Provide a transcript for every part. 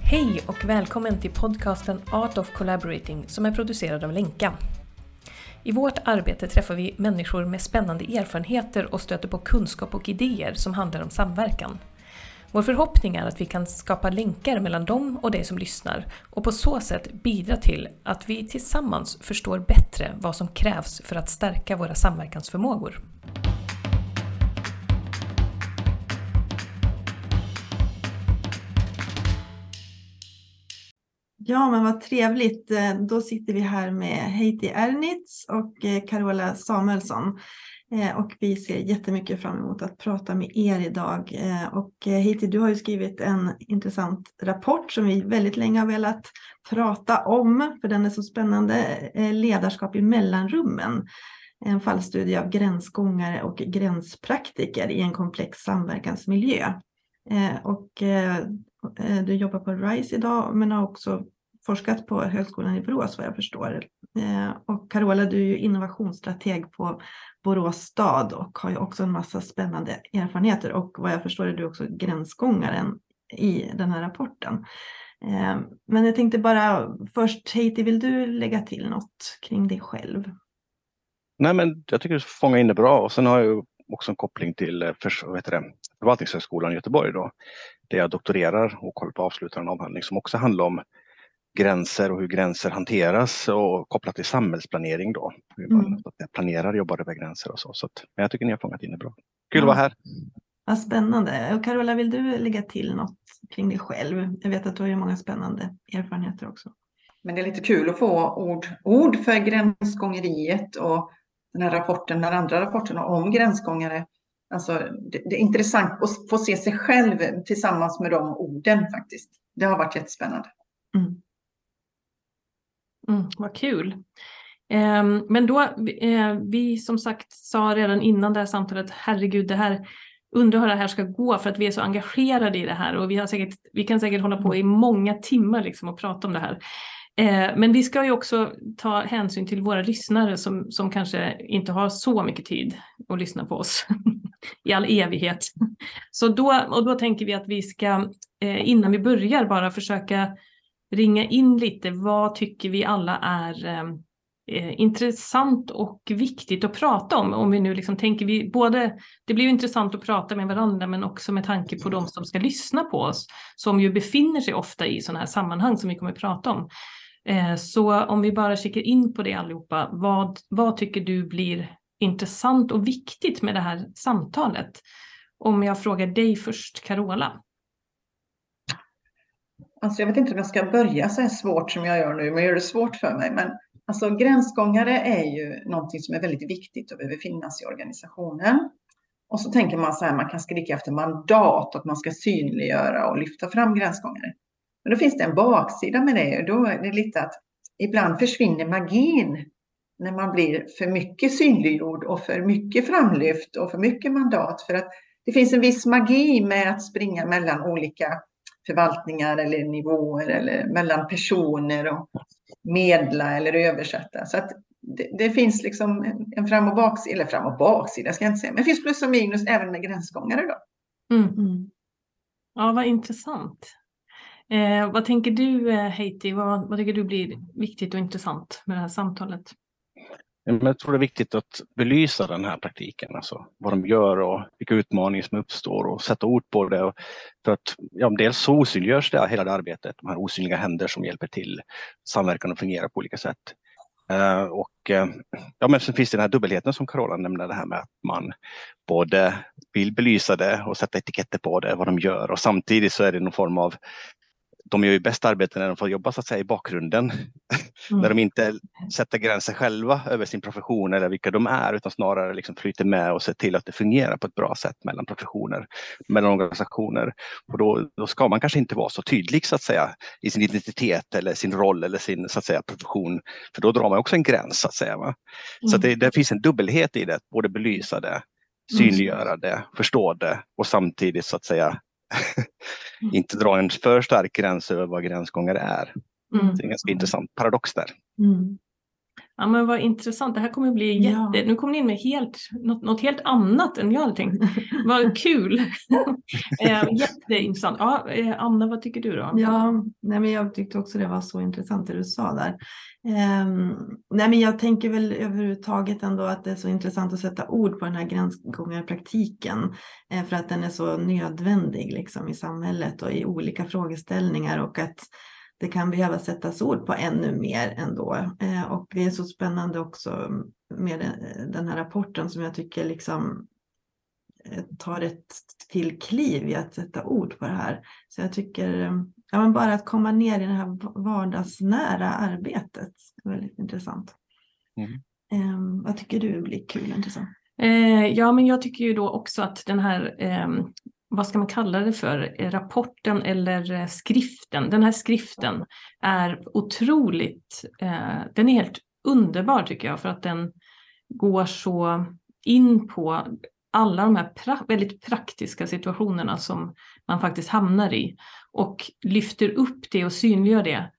Hej och välkommen till podcasten Art of Collaborating som är producerad av Lenka. I vårt arbete träffar vi människor med spännande erfarenheter och stöter på kunskap och idéer som handlar om samverkan. Vår förhoppning är att vi kan skapa länkar mellan dem och dig som lyssnar och på så sätt bidra till att vi tillsammans förstår bättre vad som krävs för att stärka våra samverkansförmågor. Ja, men vad trevligt. Då sitter vi här med Heidi Ernitz och Carola Samuelsson. Och vi ser jättemycket fram emot att prata med er idag. Och Heidi, du har ju skrivit en intressant rapport som vi väldigt länge har velat prata om. För den är så spännande. Ledarskap i mellanrummen. En fallstudie av gränsgångare och gränspraktiker i en komplex samverkansmiljö. Och du jobbar på RISE idag men har också forskat på Högskolan i Borås vad jag förstår. Och Carola, du är ju innovationsstrateg på Borås stad och har ju också en massa spännande erfarenheter. Och vad jag förstår är du också gränsgångaren i den här rapporten. Men jag tänkte bara först, Heidi, vill du lägga till något kring dig själv? Nej, men jag tycker du fångar in det bra. Och sen har jag också en koppling till Förvaltningshögskolan i Göteborg då. Där jag doktorerar och håller på att avsluta en avhandling som också handlar om gränser och hur gränser hanteras och kopplat till samhällsplanering då. Hur man planerar, jobbar över gränser och så. Men jag tycker ni har fångat in det bra. Kul att vara här. Vad spännande. Och Carola, vill du lägga till något kring dig själv? Jag vet att du har ju många spännande erfarenheter också. Men det är lite kul att få ord för gränsgångeriet och den här rapporten, den andra rapporterna om gränsgångare. Alltså, det är intressant att få se sig själv tillsammans med de orden faktiskt. Det har varit jättespännande. Vad kul. Men då, vi som sagt sa redan innan det här samtalet, herregud, det här undrar hur det här ska gå för att vi är så engagerade i det här och vi kan säkert hålla på i många timmar liksom och prata om det här. Men vi ska ju också ta hänsyn till våra lyssnare som kanske inte har så mycket tid att lyssna på oss i all evighet. Så då tänker vi att vi ska, innan vi börjar, bara försöka ringa in lite. Vad tycker vi alla är intressant och viktigt att prata om vi nu liksom tänker det blir ju intressant att prata med varandra men också med tanke på de som ska lyssna på oss som ju befinner sig ofta i sådana här sammanhang som vi kommer att prata om. Så om vi bara kikar in på det allihopa, vad tycker du blir intressant och viktigt med det här samtalet? Om jag frågar dig först, Carola. Alltså jag vet inte om jag ska börja så här svårt som jag gör nu, men jag gör det svårt för mig. Men alltså gränsgångare är ju någonting som är väldigt viktigt och behöver finnas i organisationen. Och så tänker man så här, man kan skrika efter mandat och att man ska synliggöra och lyfta fram gränsgångare. Men då finns det en baksida med det och då är det lite att ibland försvinner magin när man blir för mycket synliggjord och för mycket framlyft och för mycket mandat. För att det finns en viss magi med att springa mellan olika förvaltningar eller nivåer eller mellan personer och medla eller översätta. Så att det finns liksom en fram- och baksida ska jag inte säga. Men det finns plus och minus även med gränsgångare då. Ja, vad intressant. Vad tänker du, Heidi? Vad tycker du blir viktigt och intressant med det här samtalet? Jag tror det är viktigt att belysa den här praktiken, alltså vad de gör och vilka utmaningar som uppstår och sätta ord på det. För att dels så osynliggörs det hela det arbetet, de här osynliga händer som hjälper till samverkan och fungerar på olika sätt. Men sen finns det den här dubbelheten som Carola nämnde, det här med att man både vill belysa det och sätta etiketter på det, vad de gör och samtidigt så är det någon form av de gör ju bäst arbete när de får jobba så att säga i bakgrunden. När de inte sätter gränser själva över sin profession eller vilka de är utan snarare liksom flyter med och ser till att det fungerar på ett bra sätt mellan professioner, mellan organisationer. Och då ska man kanske inte vara så tydlig så att säga i sin identitet eller sin roll eller sin så att säga profession. För då drar man också en gräns så att säga. Va? Så att det finns en dubbelhet i det, att både belysa det, synliggöra det, förstå det och samtidigt så att säga inte dra en för stark gräns över vad gränsgångare är. Det är en ganska intressant paradox där. Ja, men vad intressant. Det här kommer bli Nu kommer ni in med något helt annat än jag hade tänkt. Vad kul. Jätteintressant. Ja, Anna, vad tycker du då? Ja, nej, men jag tyckte också det var så intressant det du sa där. Nej, men jag tänker väl överhuvudtaget ändå att det är så intressant att sätta ord på den här gränsgångarpraktiken, för att den är så nödvändig liksom i samhället och i olika frågeställningar, och att det kan behöva sättas ord på ännu mer ändå. Och det är så spännande också med den här rapporten som jag tycker liksom tar ett till kliv i att sätta ord på det här. Så jag tycker men bara att komma ner i det här vardagsnära arbetet är väldigt intressant. Vad tycker du blir kul och intressant? Ja, men jag tycker ju då också att den här vad ska man kalla det för, rapporten eller skriften. Den här skriften är otroligt, den är helt underbar tycker jag, för att den går så in på alla de här väldigt praktiska situationerna som man faktiskt hamnar i och lyfter upp det och synliggör det.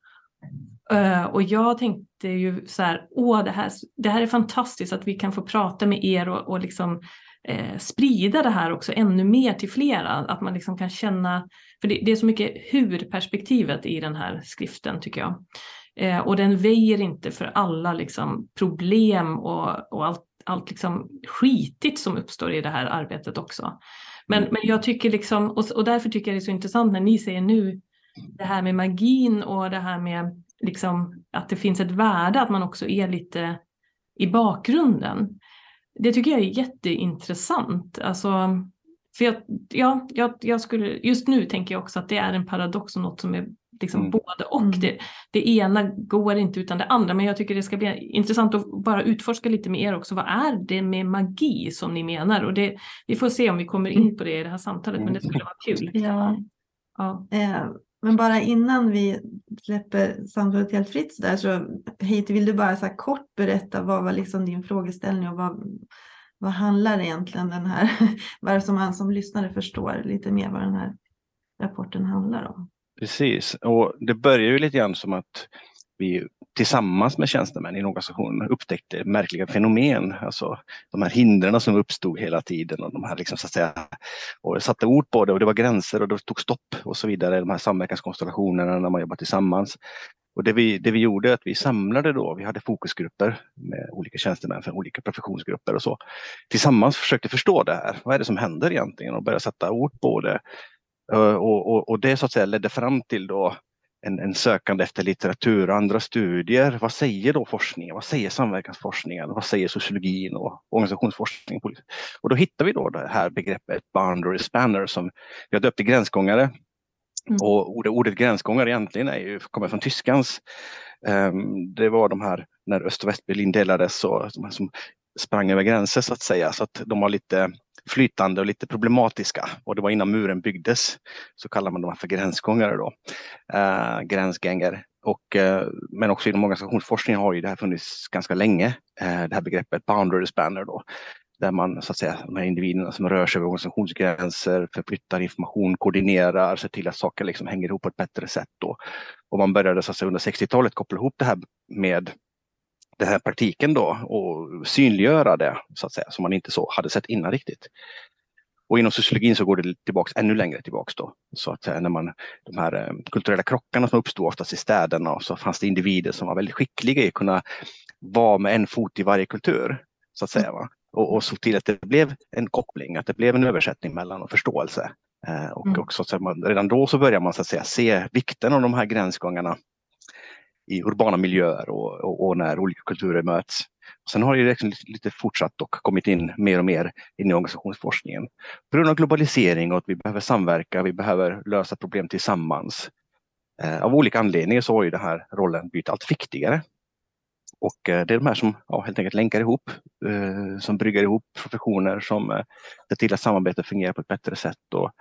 Och jag tänkte ju så här, det här är fantastiskt att vi kan få prata med er och liksom sprida det här också ännu mer till flera, att man liksom kan känna, för det är så mycket hur-perspektivet i den här skriften tycker jag. Och den väjer inte för alla liksom problem och allt liksom skitigt som uppstår i det här arbetet också. Men jag tycker liksom, och därför tycker jag det är så intressant när ni säger nu det här med magin och det här med liksom att det finns ett värde att man också är lite i bakgrunden. Det tycker jag är jätteintressant. Alltså, för jag skulle, just nu tänker jag också att det är en paradox och något som är liksom både och. Det ena går inte utan det andra, men jag tycker det ska bli intressant att bara utforska lite med er också. Vad är det med magi som ni menar? Och vi får se om vi kommer in på det i det här samtalet, men det skulle vara kul. Ja. Ja. Men bara innan vi släpper samtalet helt fritt så där, så Heidi, vill du bara så här kort berätta vad var liksom din frågeställning och vad handlar egentligen den här, bara som man som lyssnare förstår lite mer vad den här rapporten handlar om? Precis, och det börjar ju lite grann som att vi tillsammans med tjänstemän i en organisation upptäckte märkliga fenomen, alltså de här hindren som uppstod hela tiden och de här liksom så att säga, och satte ord på det och det var gränser och det tog stopp och så vidare, de här samverkanskonstellationerna när man jobbar tillsammans. Och det vi gjorde är att vi samlade då, vi hade fokusgrupper med olika tjänstemän för olika professionsgrupper och så. Tillsammans försökte förstå det här, vad är det som händer egentligen och börja sätta ord på det. Och det så att säga ledde fram till då en sökande efter litteratur och andra studier. Vad säger då forskningen? Vad säger samverkansforskningen? Vad säger sociologin och organisationsforskningen? Och då hittar vi då det här begreppet boundary spanner som vi har döpt till gränsgångare. Och ordet gränsgångare egentligen kommer från tyskans. Det var de här när Öst- och Västberlin delades och som sprang över gränser så att säga, så att de var lite flytande och lite problematiska, och det var innan muren byggdes, så kallar man dem för gränsgångare då, gränsgänger. Men också inom organisationsforskningen har ju det här funnits ganska länge, det här begreppet boundary spanner då, där man så att säga, de här individerna som rör sig över organisationsgränser, förflyttar information, koordinerar, ser till att saker liksom hänger ihop på ett bättre sätt då. Och man började så att säga, under 60-talet koppla ihop det här med den här praktiken då och synliggöra det så att säga, som man inte så hade sett innan riktigt. Och inom sociologin så går det tillbaks ännu längre tillbaks då, så att säga, när de här kulturella krockarna som uppstod oftast i städerna, och så fanns det individer som var väldigt skickliga i att kunna vara med en fot i varje kultur så att säga, va? Och såg till att det blev en koppling, att det blev en översättning mellan och förståelse. Och också så att redan då så börjar man så att säga se vikten av de här gränsgångarna i urbana miljöer och när olika kulturer möts. Sen har det liksom lite fortsatt och kommit in mer och mer in i organisationsforskningen. På grund av globalisering och att vi behöver samverka, vi behöver lösa problem tillsammans. Av olika anledningar så har ju den här rollen blivit allt viktigare. Och det är de här som helt enkelt länkar ihop, som bryggar ihop professioner, som ser till att samarbetet fungerar på ett bättre sätt och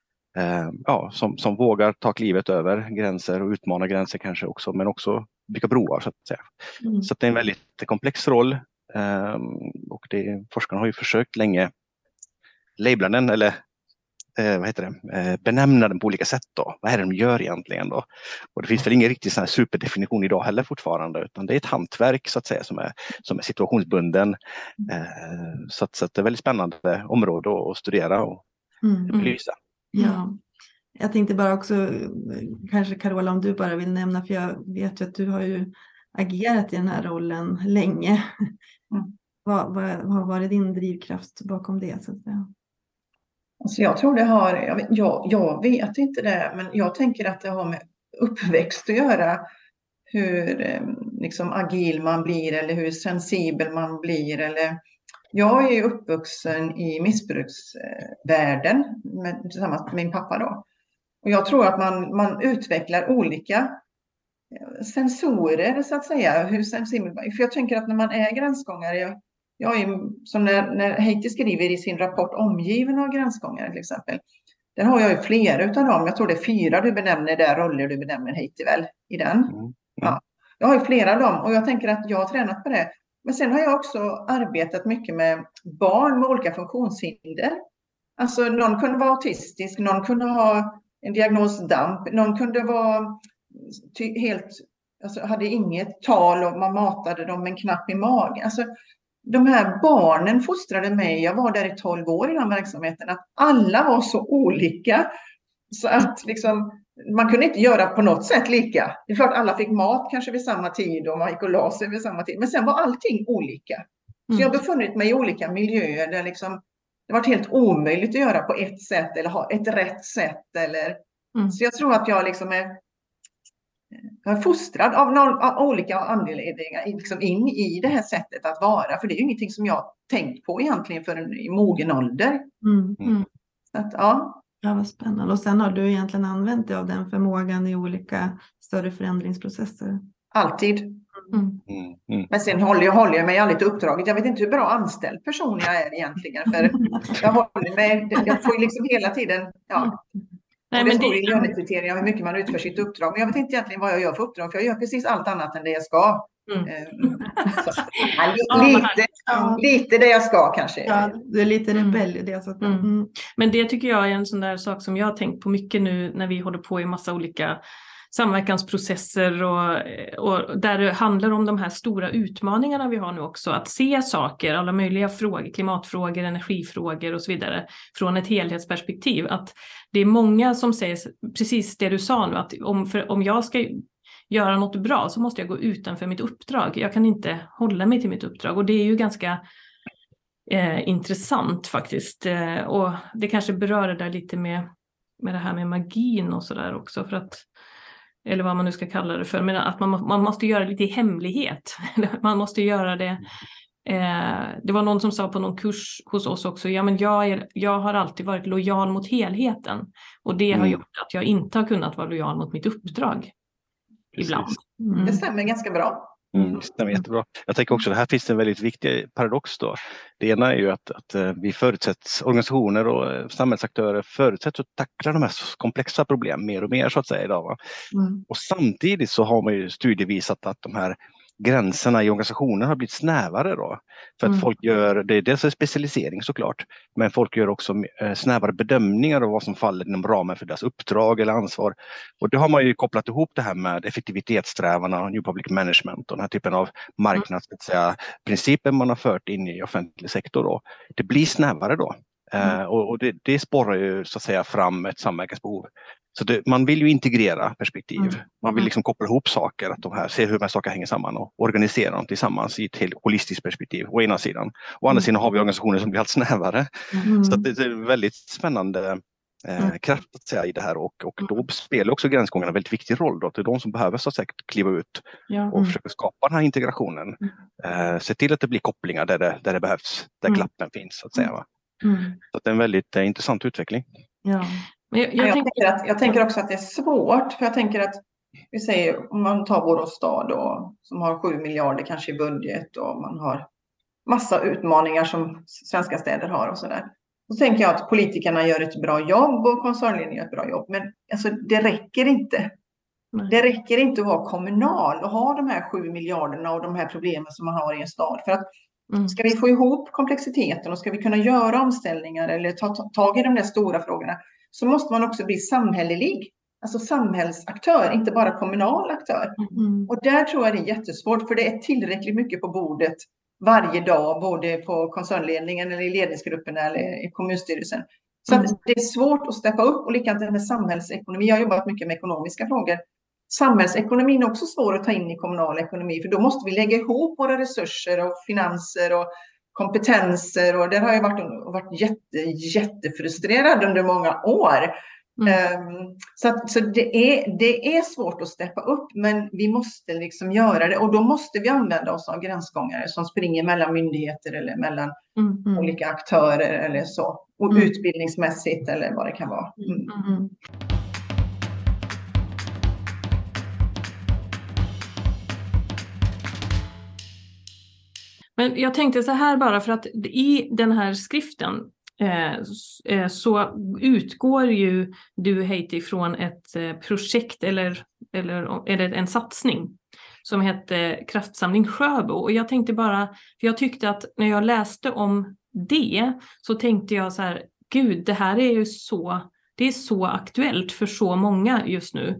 som vågar ta klivet över gränser och utmana gränser kanske också, men också bygga broar så att säga. Så att det är en väldigt komplex roll, och forskarna har ju försökt länge labla den eller benämna den på olika sätt då. Vad är det de gör egentligen då? Och det finns väl ingen riktig sån här superdefinition idag heller fortfarande, utan det är ett hantverk så att säga som är situationsbunden. Så att det är väldigt spännande område att studera och belysa. Ja. Jag tänkte bara också, kanske Carola, om du bara vill nämna, för jag vet ju att du har ju agerat i den här rollen länge. Vad har varit din drivkraft bakom det? Så att säga? Alltså jag tror det har, jag vet inte det, men jag tänker att det har med uppväxt att göra. Hur liksom agil man blir eller hur sensibel man blir. Eller, jag är ju uppvuxen i missbruksvärlden tillsammans med min pappa då. Och jag tror att man utvecklar olika sensorer så att säga. Hur sensibel, för jag tänker att när man är gränsgångare, jag är som när Heidi skriver i sin rapport omgiven av gränsgångare till exempel. Där har jag ju flera utav dem. Jag tror det är 4 du benämner där, roller du benämner Heidi väl i den. Ja. Jag har ju flera av dem och jag tänker att jag har tränat på det. Men sen har jag också arbetat mycket med barn med olika funktionshinder. Alltså någon kunde vara autistisk, någon kunde ha en diagnos DAMP, någon kunde vara helt, alltså hade inget tal och man matade dem med en knapp i magen. Alltså de här barnen fostrade mig, jag var där i 12 år i den verksamheten, att alla var så olika så att liksom man kunde inte göra på något sätt lika. Det är klart alla fick mat kanske vid samma tid och man gick och la sig vid samma tid. Men sen var allting olika. Så jag har befunnit mig i olika miljöer där liksom, det var helt omöjligt att göra på ett sätt eller ha ett rätt sätt. Eller, så jag tror att jag liksom är fostrad av olika anledningar liksom in i det här sättet att vara. För det är ju ingenting som jag tänkt på egentligen förrän i mogen ålder. Så att, ja. Ja, vad spännande. Och sen har du egentligen använt dig av den förmågan i olika större förändringsprocesser? Alltid. Men sen håller jag mig aldrig till uppdraget. Jag vet inte hur bra anställd person jag är egentligen. För jag får liksom hela tiden... Ja. Nej, men det står i lönekriterier hur mycket man utför sitt uppdrag. Men jag vet inte egentligen vad jag gör för uppdrag. För jag gör precis allt annat än det jag ska. Lite det jag ska kanske. Ja, det är lite rebell i det. Så att, Men det tycker jag är en sån där sak som jag har tänkt på mycket nu när vi håller på i massa olika samverkansprocesser och där det handlar om de här stora utmaningarna vi har nu också. Att se saker, alla möjliga frågor, klimatfrågor, energifrågor och så vidare från ett helhetsperspektiv. Att det är många som säger precis det du sa nu, att om jag ska göra något bra så måste jag gå utanför mitt uppdrag. Jag kan inte hålla mig till mitt uppdrag och det är ju ganska intressant faktiskt. Och det kanske berör det där lite med det här med magin och sådär också, för att eller vad man nu ska kalla det för, men att man måste göra det lite i hemlighet. Man måste göra det. Det var någon som sa på någon kurs hos oss också, ja men jag har alltid varit lojal mot helheten. Och det har gjort att jag inte har kunnat vara lojal mot mitt uppdrag. Ibland. Det stämmer ganska bra. Det stämmer jättebra. Jag tänker också att här finns en väldigt viktig paradox då. Det ena är ju att vi förutsätts, organisationer och samhällsaktörer förutsätts att tackla de här komplexa problem mer och mer så att säga idag. Va? Och samtidigt så har man ju studier visat att de här gränserna i organisationen har blivit snävare då. För att folk gör, det är dels en specialisering såklart, men folk gör också snävare bedömningar av vad som faller inom ramen för deras uppdrag eller ansvar. Och det har man ju kopplat ihop det här med effektivitetssträvandena, New Public Management och den här typen av marknadsprinciper man har fört in i offentlig sektor då. Det blir snävare då. Och det sporrar ju så att säga fram ett samverkansbehov. Så man vill ju integrera perspektiv. Man vill liksom koppla ihop saker, att se hur de här sakerna hänger samman och organisera dem tillsammans i ett helt holistiskt perspektiv å ena sidan. Å andra sidan har vi organisationer som blir allt snävare. Så det är väldigt spännande kraft att säga i det här och då spelar också gränsgångarna en väldigt viktig roll då, till de som behöver så att säga kliva ut och försöka skapa den här integrationen. Se till att det blir kopplingar där det behövs, där glappen finns så att säga. Va? Så det är en väldigt intressant utveckling. Ja. Jag tänker också att det är svårt, för jag tänker att vi säger om man tar Borås stad då, som har 7 miljarder kanske i budget och man har massa utmaningar som svenska städer har och sådär. Så tänker jag att politikerna gör ett bra jobb och koncernledningen gör ett bra jobb, men alltså, det räcker inte. Det räcker inte att vara kommunal och ha de här 7 miljarderna och de här problemen som man har i en stad. För att Ska vi få ihop komplexiteten och ska vi kunna göra omställningar eller ta tag i de där stora frågorna, så måste man också bli samhällelig. Alltså samhällsaktör, inte bara kommunal aktör. Och där tror jag det är jättesvårt, för det är tillräckligt mycket på bordet varje dag, både på koncernledningen eller i ledningsgrupperna eller i kommunstyrelsen. Så att det är svårt att steppa upp, och likadant med samhällsekonomi. Jag har jobbat mycket med ekonomiska frågor. Samhällsekonomin är också svår att ta in i kommunal ekonomi, för då måste vi lägga ihop våra resurser och finanser och kompetenser, och där har jag varit jättefrustrerad under många år. Så det är svårt att steppa upp, men vi måste liksom göra det, och då måste vi använda oss av gränsgångare som springer mellan myndigheter eller mellan olika aktörer eller så, och utbildningsmässigt eller vad det kan vara. Men jag tänkte så här, bara för att i den här skriften så utgår ju du, Heidi, från ett projekt eller en satsning som hette Kraftsamling Sjöbo. Och jag tänkte bara, för jag tyckte att när jag läste om det så tänkte jag så här, gud, det här är ju det är så aktuellt för så många just nu.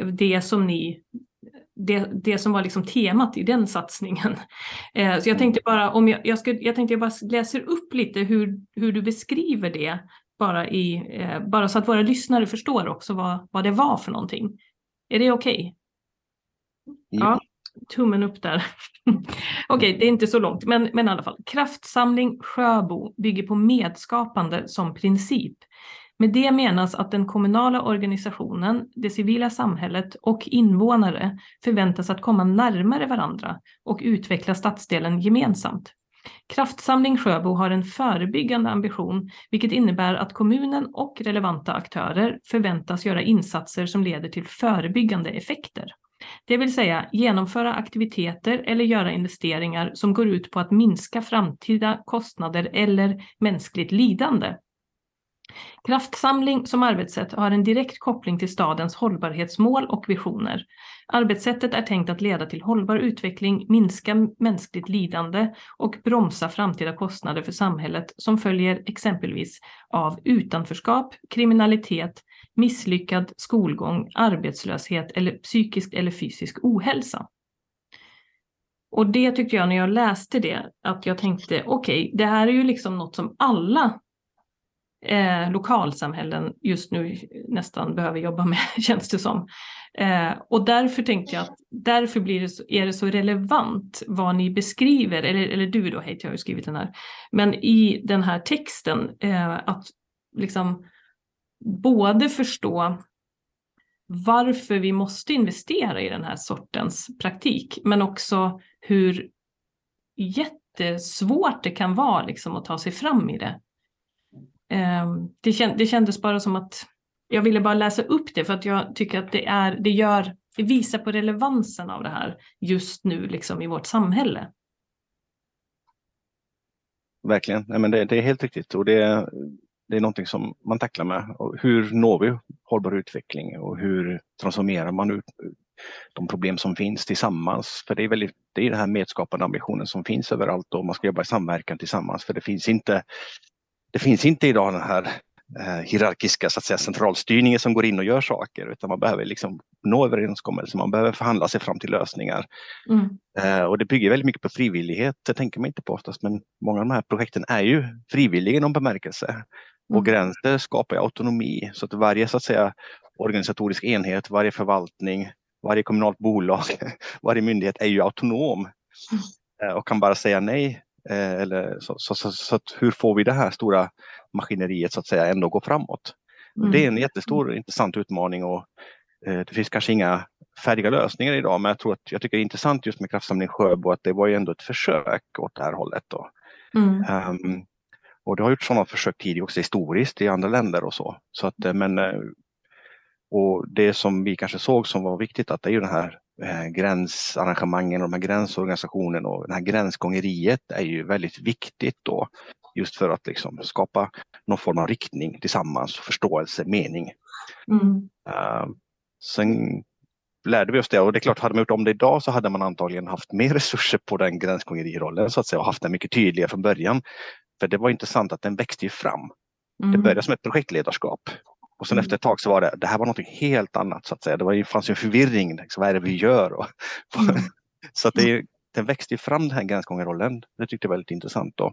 Det som var liksom temat i den satsningen. Så jag tänkte bara, jag tänkte jag bara läser upp lite hur du beskriver det, bara så att våra lyssnare förstår också vad det var för någonting. Är det okej? Ja, tummen upp där. Okej, det är inte så långt, men i alla fall. Kraftsamling Sjöbo bygger på medskapande som princip. Med det menas att den kommunala organisationen, det civila samhället och invånare förväntas att komma närmare varandra och utveckla stadsdelen gemensamt. Kraftsamling Sjöbo har en förebyggande ambition, vilket innebär att kommunen och relevanta aktörer förväntas göra insatser som leder till förebyggande effekter. Det vill säga genomföra aktiviteter eller göra investeringar som går ut på att minska framtida kostnader eller mänskligt lidande. Kraftsamling som arbetssätt har en direkt koppling till stadens hållbarhetsmål och visioner. Arbetssättet är tänkt att leda till hållbar utveckling, minska mänskligt lidande och bromsa framtida kostnader för samhället som följer exempelvis av utanförskap, kriminalitet, misslyckad skolgång, arbetslöshet eller psykisk eller fysisk ohälsa. Och det tyckte jag när jag läste det, att jag tänkte okej, det här är ju liksom något som alla lokalsamhällen just nu nästan behöver jobba med, känns det som. Och därför tänkte jag att därför är det så relevant vad ni beskriver, eller du då, Heidi, har ju skrivit den här, men i den här texten att liksom både förstå varför vi måste investera i den här sortens praktik, men också hur jättesvårt det kan vara liksom att ta sig fram i det. Det kändes bara som att jag ville bara läsa upp det, för att jag tycker att det visar på relevansen av det här just nu liksom i vårt samhälle. Verkligen, nej, men det är helt riktigt, och det är någonting som man tacklar med. Och hur når vi hållbar utveckling och hur transformerar man ut de problem som finns tillsammans? För det är den här medskapande ambitionen som finns överallt, och man ska jobba i samverkan tillsammans, för det finns inte idag den här hierarkiska, så att säga, centralstyrningen som går in och gör saker, utan man behöver liksom nå överenskommelser, man behöver förhandla sig fram till lösningar. Och det bygger väldigt mycket på frivillighet, det tänker man inte på oftast, men många av de här projekten är ju frivilliga i någon bemärkelse. Och gränser skapar autonomi, så att varje, så att säga, organisatorisk enhet, varje förvaltning, varje kommunalt bolag, varje myndighet är ju autonom och kan bara säga nej. Eller så att hur får vi det här stora maskineriet, så att säga, ändå gå framåt? Det är en jättestor intressant utmaning, och det finns kanske inga färdiga lösningar idag, men jag tycker det är intressant just med Kraftsamling Sjöbo att det var ju ändå ett försök åt det här hållet då. Och det har gjort sådana försök tidigare också historiskt i andra länder och så att, och det som vi kanske såg som var viktigt, att det är ju den här gränsarrangemangen och de här gränsorganisationen och det här gränsgångeriet är ju väldigt viktigt då, just för att liksom skapa någon form av riktning tillsammans, förståelse, mening. Sen lärde vi oss det, och det är klart, hade man gjort om det idag så hade man antagligen haft mer resurser på den gränskongerirollen så att säga, och haft den mycket tydligare från början. För det var intressant att den växte ju fram. Det började som ett projektledarskap. Och sen efter ett tag så var det här var något helt annat så att säga. Det fanns ju en förvirring, liksom, vad är det vi gör? Så att den växte ju fram, den här gränskongerollen. Det tyckte jag var väldigt intressant då.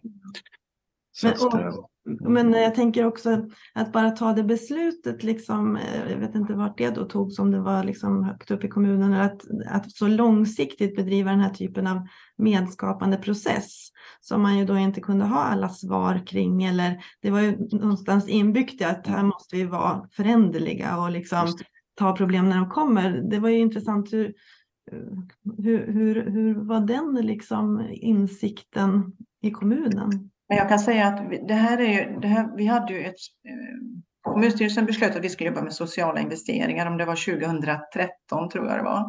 Men jag tänker också att bara ta det beslutet, liksom, jag vet inte vart det då togs, om det var liksom högt upp i kommunen, att så långsiktigt bedriva den här typen av medskapande process som man ju då inte kunde ha alla svar kring, eller det var ju någonstans inbyggt att här måste vi vara föränderliga och liksom ta problem när de kommer. Det var ju intressant hur var den liksom insikten i kommunen? Men jag kan säga att vi hade ju kommunstyrelsen beslöt att vi skulle jobba med sociala investeringar, om det var 2013 tror jag det var.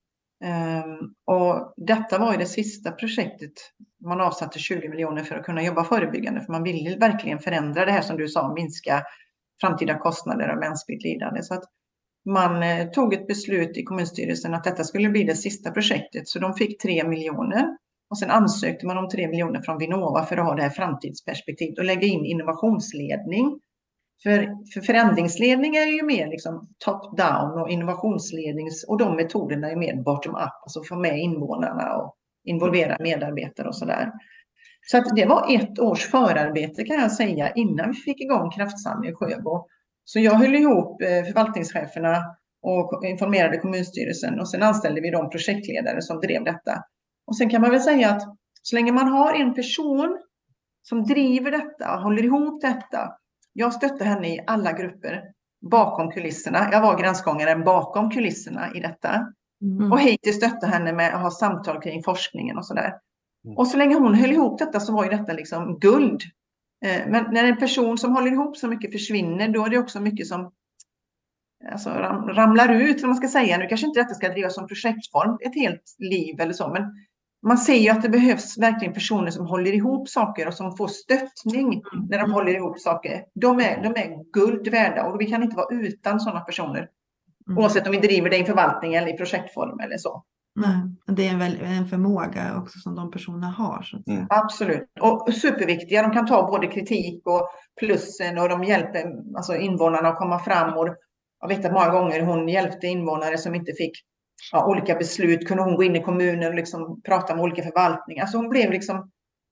Och detta var ju det sista projektet. Man avsatte 20 miljoner för att kunna jobba förebyggande, för man ville verkligen förändra det här som du sa, minska framtida kostnader och mänskligt lidande. Så att man tog ett beslut i kommunstyrelsen att detta skulle bli det sista projektet, så de fick 3 miljoner. Och sen ansökte man om 3 miljoner från Vinnova för att ha det här framtidsperspektivet och lägga in innovationsledning. För förändringsledning är ju mer liksom top-down, och innovationsledning och de metoderna är mer bottom-up, alltså få med invånarna och involvera medarbetare och sådär. Så att det var 1 års förarbete kan jag säga innan vi fick igång Kraftsamling i Sjöbo. Så jag höll ihop förvaltningscheferna och informerade kommunstyrelsen, och sen anställde vi de projektledare som drev detta. Och sen kan man väl säga att så länge man har en person som driver detta, håller ihop detta. Jag stötte henne i alla grupper bakom kulisserna. Jag var gränsgångaren bakom kulisserna i detta. Och Heidi stötte henne med att ha samtal kring forskningen och sådär. Och så länge hon höll ihop detta så var ju detta liksom guld. Men när en person som håller ihop så mycket försvinner, då är det också mycket som alltså, ramlar ut, som man ska säga. Nu kanske inte detta ska drivas som projektform ett helt liv eller så, men man ser ju att det behövs verkligen personer som håller ihop saker och som får stöttning när de håller ihop saker. De är guld värda, och vi kan inte vara utan sådana personer. Oavsett om vi driver det i förvaltning eller i projektform eller så. Nej, det är väl en förmåga också som de personerna har. Så att säga. Absolut. Och superviktiga. De kan ta både kritik och plussen, och de hjälper alltså invånarna att komma fram. Och jag vet att många gånger hon hjälpte invånare som inte fick olika beslut. Kunde hon gå in i kommunen och liksom prata med olika förvaltningar. Så hon blev liksom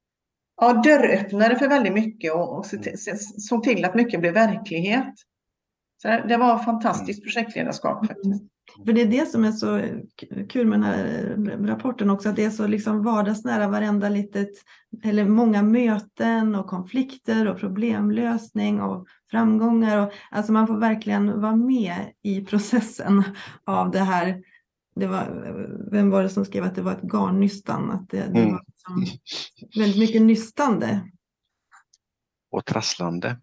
dörröppnare för väldigt mycket och såg till att mycket blev verklighet. Så det var fantastiskt projektledarskap faktiskt. För det är det som är så kul med den här rapporten också, att det är så liksom vardagsnära, varenda litet, eller många möten och konflikter och problemlösning och framgångar. Och, alltså man får verkligen vara med i processen av det här. Vem var det som skrev att det var ett garnnystan? Att det var liksom väldigt mycket nystande. Och trasslande.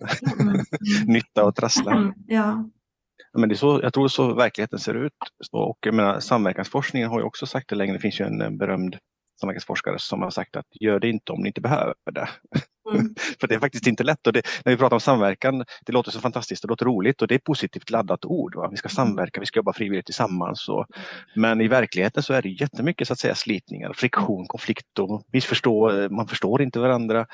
Nytta och trassla. Ja. Men det är så, jag tror så verkligheten ser ut. Och jag menar, samverkansforskningen har ju också sagt det länge. Det finns ju en berömd samverkansforskare som har sagt att gör det inte om ni inte behöver det. För det är faktiskt inte lätt. Och när vi pratar om samverkan, det låter så fantastiskt, det låter roligt och det är positivt laddat ord. Va? Vi ska samverka, vi ska jobba frivilligt tillsammans. Men i verkligheten så är det jättemycket så att säga slitningar, friktion, konflikt och missförstå. Man förstår inte varandra.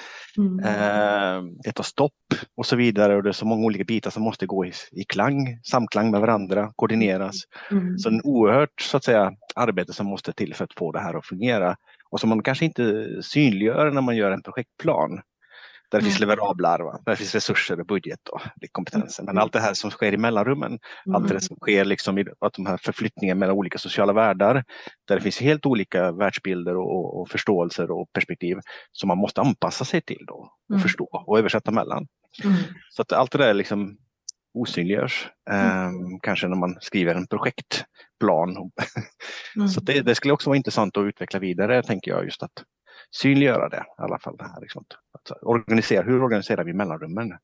Det tar stopp och så vidare. Och det är så många olika bitar som måste gå i samklang med varandra, koordineras. Så en oerhört så att säga arbete som måste till för att få det här att fungera. Och som man kanske inte synliggör när man gör en projektplan. Där det finns leverablar, där det finns resurser och budget och kompetenser. Men allt det här som sker i mellanrummen, allt det som sker liksom i att de här förflyttningarna mellan olika sociala världar, där det finns helt olika världsbilder och förståelser och perspektiv som man måste anpassa sig till då och förstå och översätta mellan. Så att allt det där liksom osynliggörs, kanske när man skriver en projektplan. Så det skulle också vara intressant att utveckla vidare, tänker jag, just att synliggöra det i alla fall. Det här, liksom, att hur organiserar vi mellanrummen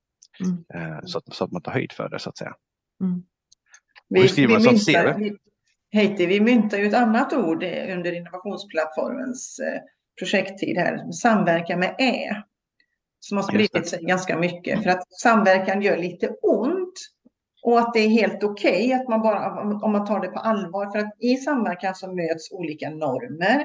så att man tar höjd för det så att säga. Vi myntar ju ett annat ord under innovationsplattformens projekttid här, samverka med som har spridit sig ganska mycket, för att samverkan gör lite ont Och att det är helt okej att man bara, om man tar det på allvar. För att i samverkan så möts olika normer,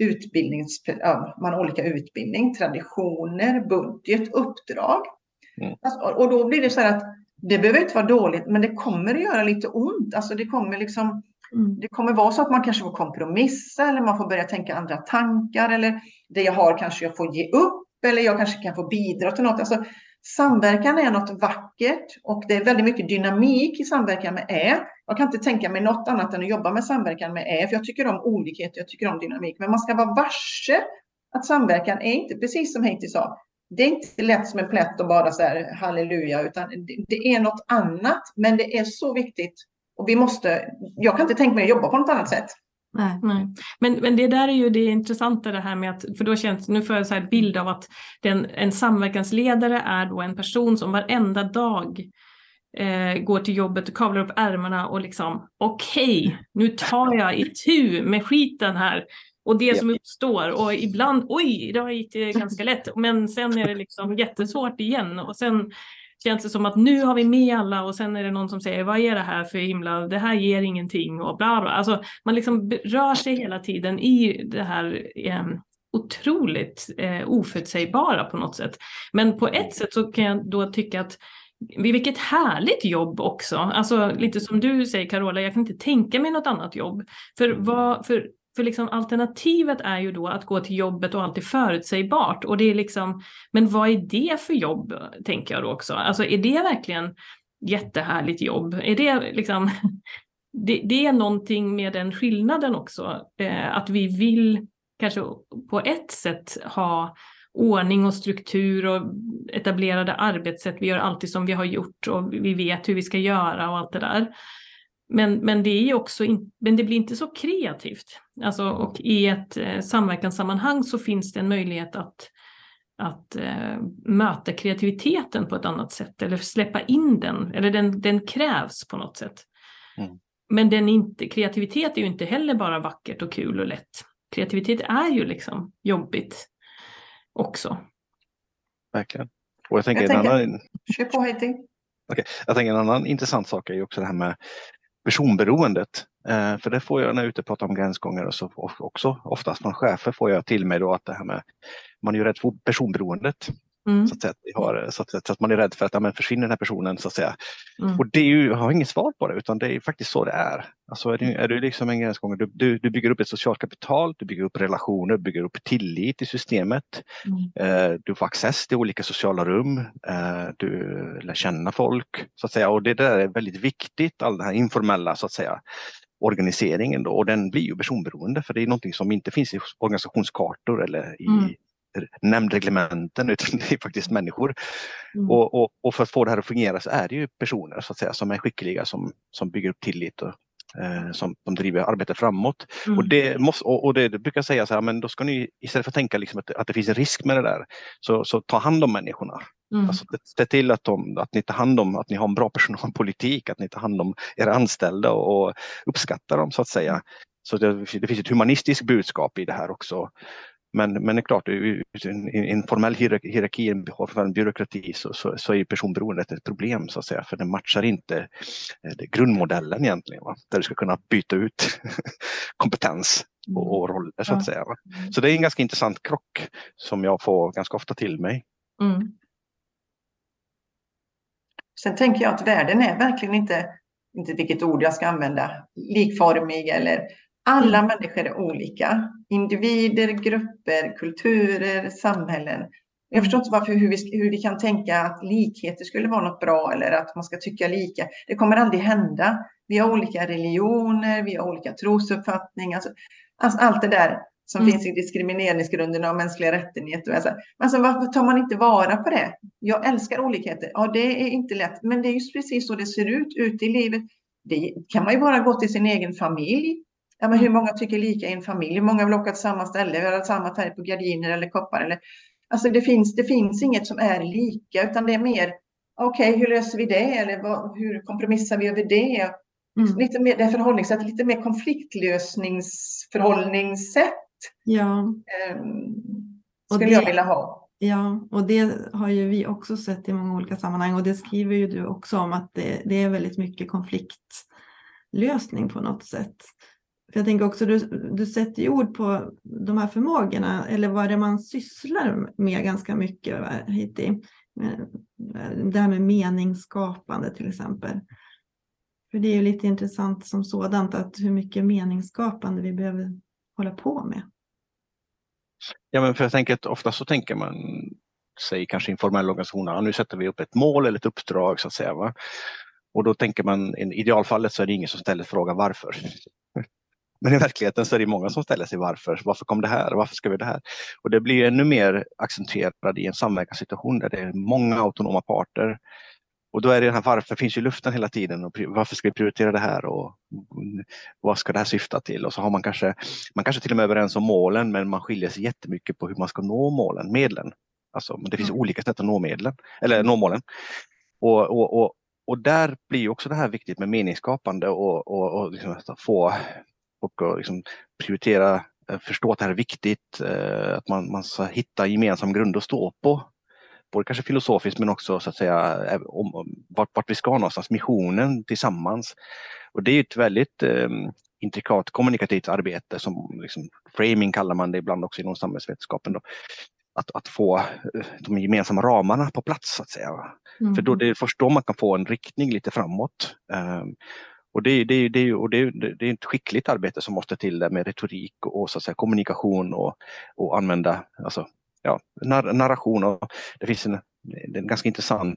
man har olika utbildning, traditioner, budget, uppdrag. Alltså, och då blir det så här att det behöver inte vara dåligt, men det kommer att göra lite ont. Alltså det kommer liksom, det kommer vara så att man kanske får kompromissa, eller man får börja tänka andra tankar, eller det jag har kanske jag får ge upp, eller jag kanske kan få bidra till något. Alltså samverkan är något vackert, och det är väldigt mycket dynamik i samverkan med Jag kan inte tänka mig något annat än att jobba med samverkan med för jag tycker om olikhet, jag tycker om dynamik, men man ska vara varse att samverkan är inte, precis som Heidi sa, det är inte lätt som en plätt och bara så här halleluja, utan det är något annat, men det är så viktigt, och jag kan inte tänka mig att jobba på något annat sätt. Nej. Men det där är ju det intressanta, det här med att, för då känns, nu får jag så här bild av att en samverkansledare är då en person som varenda dag går till jobbet och kavlar upp ärmarna och liksom, okej, nu tar jag itu med skiten här och det som uppstår, och ibland, idag gick det ganska lätt, men sen är det liksom jättesvårt igen, och sen känns det som att nu har vi med alla, och sen är det någon som säger, vad är det här för himla, det här ger ingenting, och bla bla. Alltså man liksom rör sig hela tiden i det här otroligt oförutsägbara på något sätt. Men på ett sätt så kan jag då tycka att vilket härligt jobb också. Alltså lite som du säger, Carola, jag kan inte tänka mig något annat jobb. För liksom alternativet är ju då att gå till jobbet och allt är förutsägbart. Och det är liksom, men vad är det för jobb, tänker jag då också. Alltså är det verkligen jättehärligt jobb? Är det liksom, det är någonting med den skillnaden också. Att vi vill kanske på ett sätt ha ordning och struktur och etablerade arbetssätt. Vi gör alltid som vi har gjort och vi vet hur vi ska göra och allt det där. Men det är också men det blir inte så kreativt. Alltså, och i ett samverkanssammanhang så finns det en möjlighet att möta kreativiteten på ett annat sätt, eller släppa in den, eller den krävs på något sätt. Men kreativitet är ju inte heller bara vackert och kul och lätt. Kreativitet är ju liksom jobbigt också. Verkligen. Och jag tänker en annan intressant sak är ju också det här med personberoendet. För det får jag när jag är ute och pratar om gränsgångar, och så också oftast från chefer får jag till mig då att det här med, man är ju rädd för personberoendet. Så att man är rädd för att försvinner den här personen, så att säga. Och det är ju, jag har inget svar på det, utan det är faktiskt så det är. Alltså är du liksom en gränsgångare, du bygger upp ett socialt kapital, du bygger upp relationer, bygger upp tillit i systemet. Du får access till olika sociala rum, du lär känna folk, så att säga. Och det där är väldigt viktigt, all den här informella, så att säga, organiseringen då. Och den blir ju personberoende, för det är någonting som inte finns i organisationskartor eller i nämndreglementen, utan det är faktiskt människor. Och för att få det här att fungera så är det ju personer, så att säga, som är skickliga, som bygger upp tillit och som driver arbetet framåt. Och det brukar jag säga så här, men då ska ni istället för att tänka liksom att det finns en risk med det där, så ta hand om människorna. Alltså, se till att ni tar hand om, att ni har en bra personalpolitik, att ni tar hand om era anställda och uppskattar dem, så att säga. Så det finns ett humanistiskt budskap i det här också. Men det är klart, i en formell hierarki, en formell byråkrati, så är personberoendet ett problem, så att säga, för det matchar inte grundmodellen egentligen, va? Där du ska kunna byta ut kompetens och roller, så att säga. Va? Så det är en ganska intressant krock som jag får ganska ofta till mig. Sen tänker jag att världen är verkligen inte vilket ord jag ska använda, likformig, eller alla människor är olika. Individer, grupper, kulturer, samhällen. Jag förstår inte hur vi kan tänka att likheter skulle vara något bra, eller att man ska tycka lika. Det kommer aldrig hända. Vi har olika religioner, vi har olika trosuppfattningar. Alltså allt det där som finns i diskrimineringsgrunderna och mänskliga rättigheter. Alltså varför tar man inte vara på det? Jag älskar olikheter. Ja, det är inte lätt, men det är just precis så det ser ut ute i livet. Det kan man ju bara gå till sin egen familj. Ja, men hur många tycker lika i en familj? Hur många vill åka till samma ställe? Vi har samma färg på gardiner eller koppar. Alltså det finns inget som är lika, utan det är mer, okej, hur löser vi det? Eller hur kompromissar vi över det? Lite mer, det förhållningssätt, lite mer konfliktlösningsförhållningssätt. Ja. Skulle jag vilja ha. Ja, och det har ju vi också sett i många olika sammanhang, och det skriver ju du också om, att det är väldigt mycket konfliktlösning på något sätt. För jag tänker också, du sätter ju ord på de här förmågorna, eller vad det man sysslar med ganska mycket hittills. Det här med meningsskapande till exempel. För det är ju lite intressant som sådant, att hur mycket meningsskapande vi behöver hålla på med. Ja, men för jag tänker att ofta så tänker man sig kanske informella organisationer, nu sätter vi upp ett mål eller ett uppdrag så att säga. Va? Och då tänker man, i idealfallet så är det ingen som ställer frågan varför. Men i verkligheten så är det många som ställer sig varför. Varför kom det här? Varför ska vi det här? Och det blir ännu mer accentuerat i en samverkanssituation där det är många autonoma parter. Och då är det den här varför finns ju i luften hela tiden, och varför ska vi prioritera det här och vad ska det här syfta till? Och så har man kanske till och med överens om målen, men man skiljer sig jättemycket på hur man ska nå målen, medlen. Alltså, men det finns olika sätt att nå medlen, eller nå målen. Och där blir ju också det här viktigt med meningsskapande och liksom att få och liksom prioritera, förstå att det här är viktigt, att man ska hitta gemensam grund att stå på. Både kanske filosofiskt men också så att säga vart vi ska någonstans, missionen tillsammans. Och det är ett väldigt intrikat kommunikativt arbete som liksom, framing kallar man det ibland också inom samhällsvetenskapen då. Att få de gemensamma ramarna på plats så att säga. För då det är först då man kan få en riktning lite framåt. Och det är ett skickligt arbete som måste till där med retorik och så att säga, kommunikation och använda alltså, ja, narration. Och det finns en ganska intressant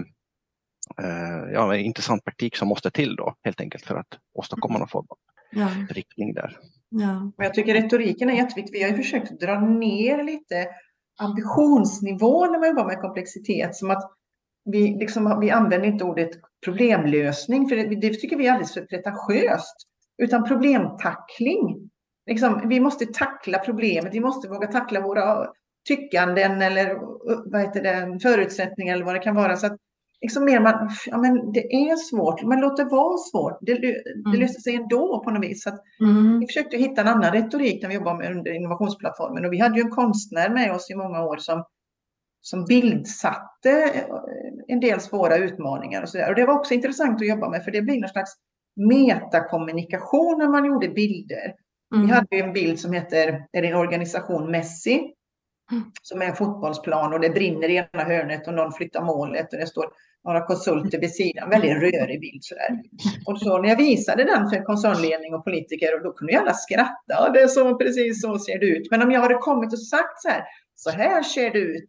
intressant praktik som måste till då helt enkelt för att åstadkomma någon form av riktning där. Ja. Men jag tycker retoriken är jätteviktig. Vi har ju försökt dra ner lite ambitionsnivån när man jobbar med komplexitet, som att vi använder inte ordet problemlösning, för det tycker vi är alldeles för pretentiöst, utan problemtackling. Liksom, vi måste tackla problemet, vi måste våga tackla våra tyckanden eller förutsättningar eller vad det kan vara. Så att liksom mer men det är svårt, men låt det vara svårt. Det löser sig ändå på något vis. Så att vi försökte hitta en annan retorik när vi jobbade med under innovationsplattformen. Och vi hade ju en konstnär med oss i många år som bildsatte en del svåra utmaningar och så där. Och det var också intressant att jobba med, för det blir någon slags metakommunikation när man gjorde bilder. Vi hade ju en bild som heter en organisation Messi, som är en fotbollsplan och det brinner i ena hörnet och någon flyttar målet och det står några konsulter vid sidan. Väldigt rörig bild sådär. Och så när jag visade den för koncernledning och politiker, och då kunde ju alla skratta. Och det är så, precis så ser det ut. Men om jag hade kommit och sagt så här ser det ut.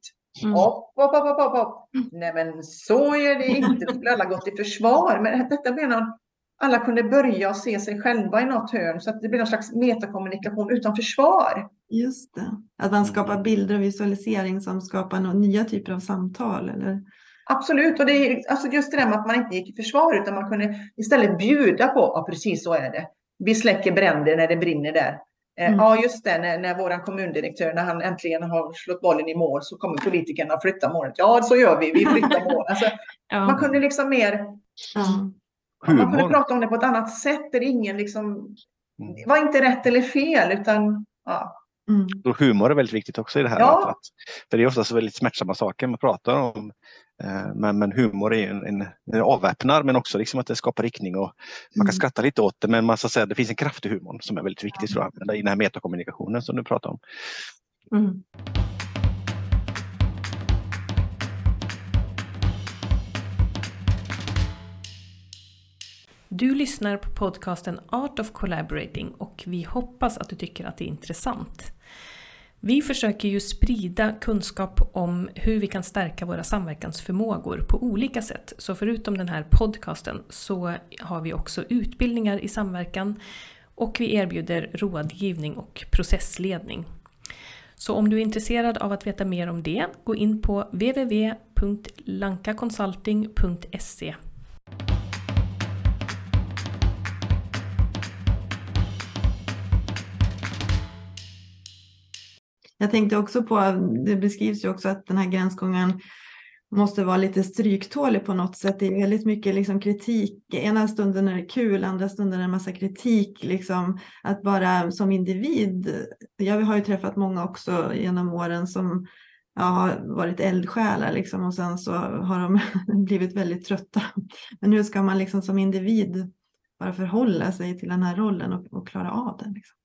Hopp. Nej, men så är det inte. Då skulle alla gått i försvar. Men detta blev alla kunde börja och se sig själva i något hörn, så att det blir någon slags metakommunikation utan försvar. Just det. Att man skapar bilder och visualisering som skapar nya typer av samtal, eller? Absolut, och det är alltså just det där med att man inte gick i försvar, utan man kunde istället bjuda på, precis så är det. Vi släcker bränder när det brinner där. Ja, just det, när våran kommundirektör, när han äntligen har slått bollen i mål, så kommer politikerna att flytta målet. Ja, så gör vi flyttar mål. Alltså, man kunde liksom mer... Man kunde prata om det på ett annat sätt, där ingen liksom... Det var inte rätt eller fel, utan... Och humor är väldigt viktigt också i det här. Ja. För det är oftast väldigt smärtsamma saker man pratar om. Men humor är en avväpnar, men också liksom att det skapar riktning och man kan skratta lite åt det, men man ska säga det finns en kraft i humorn som är väldigt viktig tror jag, i den här metakommunikationen som du pratar om. Du lyssnar på podcasten Art of Collaborating och vi hoppas att du tycker att det är intressant. Vi försöker ju sprida kunskap om hur vi kan stärka våra samverkansförmågor på olika sätt. Så förutom den här podcasten så har vi också utbildningar i samverkan och vi erbjuder rådgivning och processledning. Så om du är intresserad av att veta mer om det, gå in på www.lankaconsulting.se. Jag tänkte också på, det beskrivs ju också att den här gränsgången måste vara lite stryktålig på något sätt. Det är väldigt mycket liksom kritik. Ena stunden är det kul, andra stunden är det en massa kritik. Liksom, att bara som individ, jag har ju träffat många också genom åren som har varit eldsjälar liksom, och sen så har de blivit väldigt trötta. Men hur ska man liksom som individ bara förhålla sig till den här rollen och klara av den? Liksom?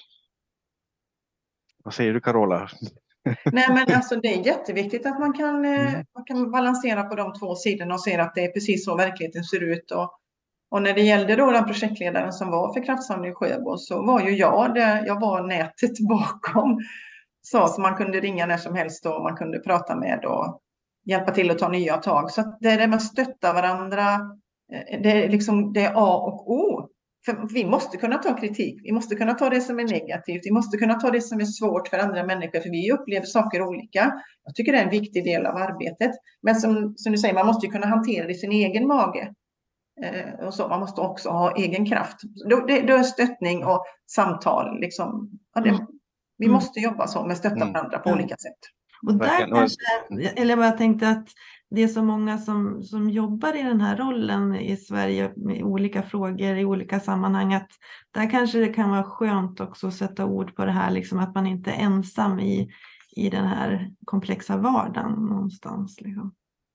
Vad säger du, Carola? Nej, men alltså det är jätteviktigt att man kan balansera på de två sidorna och se att det är precis så verkligheten ser ut. Och när det gällde då den projektledaren som var för Kraftsamling Sjöbo, så var ju jag var nätet bakom. Så man kunde ringa när som helst och man kunde prata med och hjälpa till att ta nya tag. Så att det är det med att stötta varandra, det är A och O. För vi måste kunna ta kritik, vi måste kunna ta det som är negativt, vi måste kunna ta det som är svårt för andra människor, för vi upplever saker olika. Jag tycker det är en viktig del av arbetet. Men som du säger, man måste ju kunna hantera det i sin egen mage. Och så, man måste också ha egen kraft. Det är stöttning och samtal. Liksom. Vi måste jobba så med stötta varandra på olika sätt. Och där kanske, eller jag tänkte att det är så många som jobbar i den här rollen i Sverige med olika frågor i olika sammanhang, att där kanske det kan vara skönt också att sätta ord på det här, liksom, att man inte är ensam i den här komplexa vardagen någonstans. Liksom.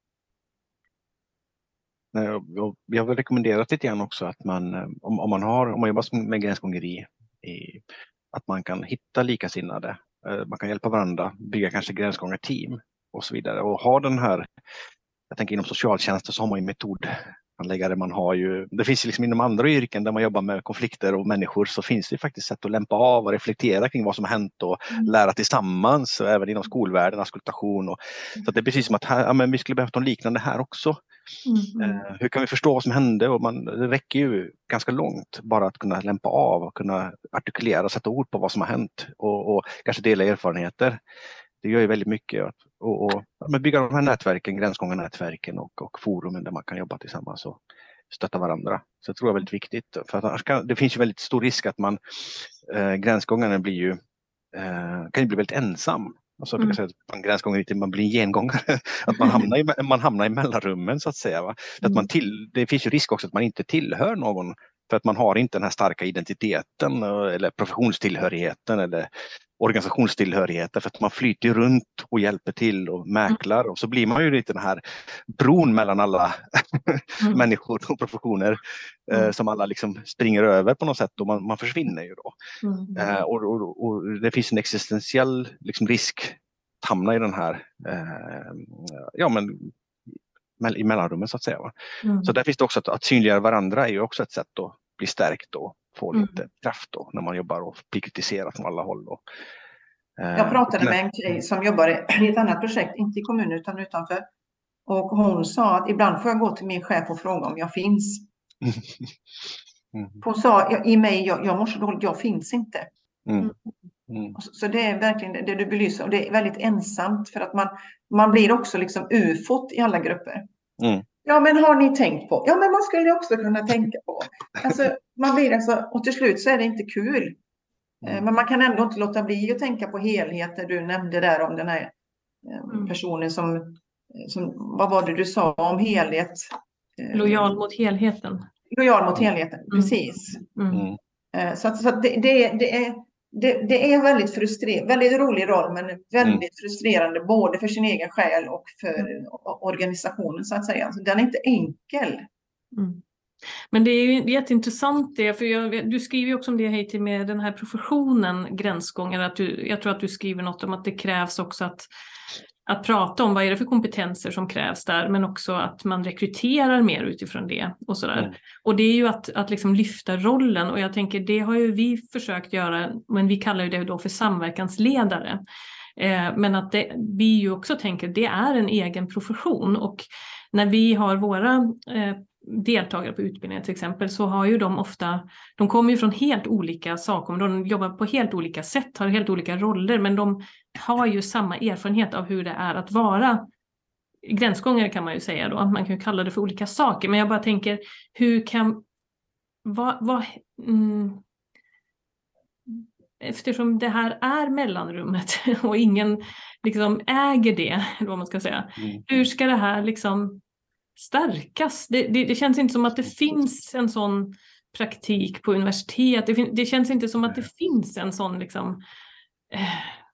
Jag har väl rekommenderat lite grann också att man, om man jobbar med gränsgångeri, att man kan hitta likasinnade. Man kan hjälpa varandra, bygga kanske gränsgångarteam och så vidare. Och ha den här, jag tänker inom socialtjänsten så har man ju metodhandläggare, man har ju, det finns ju liksom inom andra yrken där man jobbar med konflikter och människor, så finns det faktiskt sätt att lämpa av och reflektera kring vad som har hänt och lära tillsammans, och även inom skolvärlden, auskultation. Så det är precis som att men vi skulle behöva något liknande här också. Hur kan vi förstå vad som hände? Och det räcker ju ganska långt bara att kunna lämpa av och kunna artikulera och sätta ord på vad som har hänt och kanske dela erfarenheter. Det gör ju väldigt mycket att bygga de här nätverken, gränsgångarnätverken och forumen där man kan jobba tillsammans och stötta varandra. Så det tror jag är väldigt viktigt. För att det finns ju väldigt stor risk att gränsgångaren kan ju bli väldigt ensam. Alltså kan jag säga att man blir en gengångare, att man hamnar i mellanrummen så att säga. Va? Att det finns ju risk också att man inte tillhör någon, för att man har inte den här starka identiteten eller professionstillhörigheten eller organisationstillhörigheten, för att man flyter runt och hjälper till och mäklar, och så blir man ju lite den här bron mellan alla människor och professioner som alla liksom springer över på något sätt, och man försvinner ju då. Och det finns en existentiell liksom risk att hamna i den här i mellanrummen så att säga. Va? Så där finns det också att synliggöra varandra är ju också ett sätt att bli stärkt och få lite kraft då, när man jobbar och blir kritiserad från alla håll. Då. Jag pratade med en tjej som jobbar i ett annat projekt, inte i kommunen utan utanför. Och hon sa att ibland får jag gå till min chef och fråga om jag finns. Hon sa i mig, jag mår så dåligt, jag finns inte. Så det är verkligen det du belyser, och det är väldigt ensamt, för att man blir också liksom ufot i alla grupper. Ja, men har ni tänkt på? Ja, men man skulle också kunna tänka på. Alltså, man blir och till slut så är det inte kul. Men man kan ändå inte låta bli att tänka på helheter. Du nämnde där om den här personen som vad var det du sa om helhet? Lojal mot helheten. Lojal mot helheten, precis. Så att det är väldigt rolig roll, men väldigt frustrerande både för sin egen själ och för organisationen så att säga. Så den är inte enkel. Men det är ju jätteintressant det, för du skriver ju också om det, Heidi, med den här professionen gränsgångare, jag tror att du skriver något om att det krävs också att prata om vad är det för kompetenser som krävs där, men också att man rekryterar mer utifrån det och sådär. Och det är ju att liksom lyfta rollen, och jag tänker det har ju vi försökt göra, men vi kallar ju det då för samverkansledare. Men att vi ju också tänker det är en egen profession, och när vi har våra deltagare på utbildningen till exempel, så har ju de kommer ju från helt olika saker, de jobbar på helt olika sätt, har helt olika roller, men de har ju samma erfarenhet av hur det är att vara gränsgångare, kan man ju säga då. Man kan ju kalla det för olika saker, men jag bara tänker, hur kan eftersom det här är mellanrummet och ingen liksom äger det, eller vad man ska säga, hur ska det här liksom stärkas? Det känns inte som att det finns en sån praktik på universitet. Det känns inte som att det finns en sån liksom,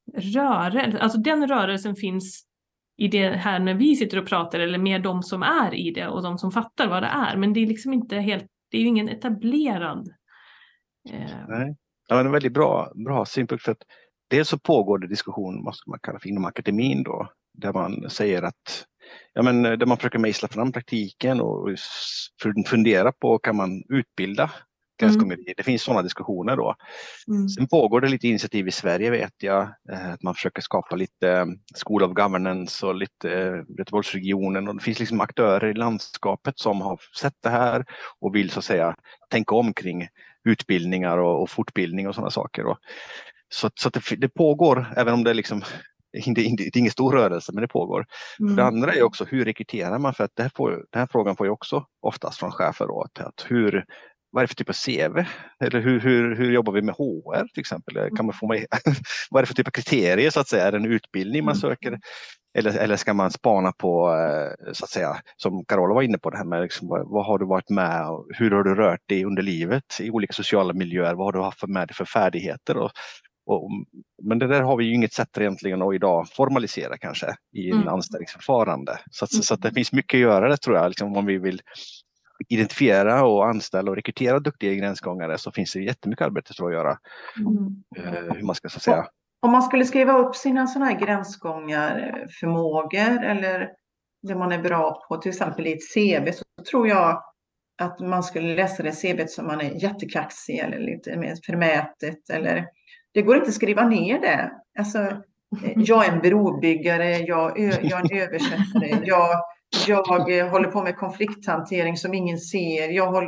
alltså den rörelsen finns i det här när vi sitter och pratar, eller mer de som är i det och de som fattar vad det är. Men det är liksom inte helt, det är ju ingen etablerad. Nej. Ja, det är en väldigt bra synpunkt, för att dels så pågår det diskussion, vad ska man kalla för, inom akademin då, där man säger att, ja men där man försöker mejsla fram praktiken och fundera på, kan man utbilda gränsgångeri? Det finns sådana diskussioner då. Sen pågår det lite initiativ i Sverige, vet jag, att man försöker skapa lite School of Governance och lite Göteborgsregionen, och det finns liksom aktörer i landskapet som har sett det här och vill så att säga tänka om kring utbildningar och fortbildning och sådana saker. Så att det pågår, även om det liksom det är ingen stor rörelse, men det pågår. Det andra är också, hur rekryterar man? För att den här frågan får ju också oftast från chefer då, att vad är det för typ av CV? Eller hur jobbar vi med HR till exempel? Kan man få med, vad är det för typ av kriterier så att säga? Är det en utbildning man söker? Eller ska man spana på, så att säga, som Carola var inne på, det här med liksom, vad har du varit med och hur har du rört dig under livet i olika sociala miljöer? Vad har du haft med dig för färdigheter? Men det där har vi ju inget sätt egentligen att idag formalisera kanske i en anställningsförfarande. Så att det finns mycket att göra det, tror jag, liksom, om vi vill identifiera och anställa och rekrytera duktiga gränsgångare, så finns det jättemycket arbete att göra. Hur man ska så säga. Om man skulle skriva upp sina sådana här gränsgångarförmågor eller det man är bra på, till exempel i ett CV, så tror jag att man skulle läsa det CV som man är jättekaxig eller lite mer förmätet, eller det går inte att skriva ner det. Alltså, jag är en brobyggare, jag är en översättare, jag håller på med konflikthantering som ingen ser.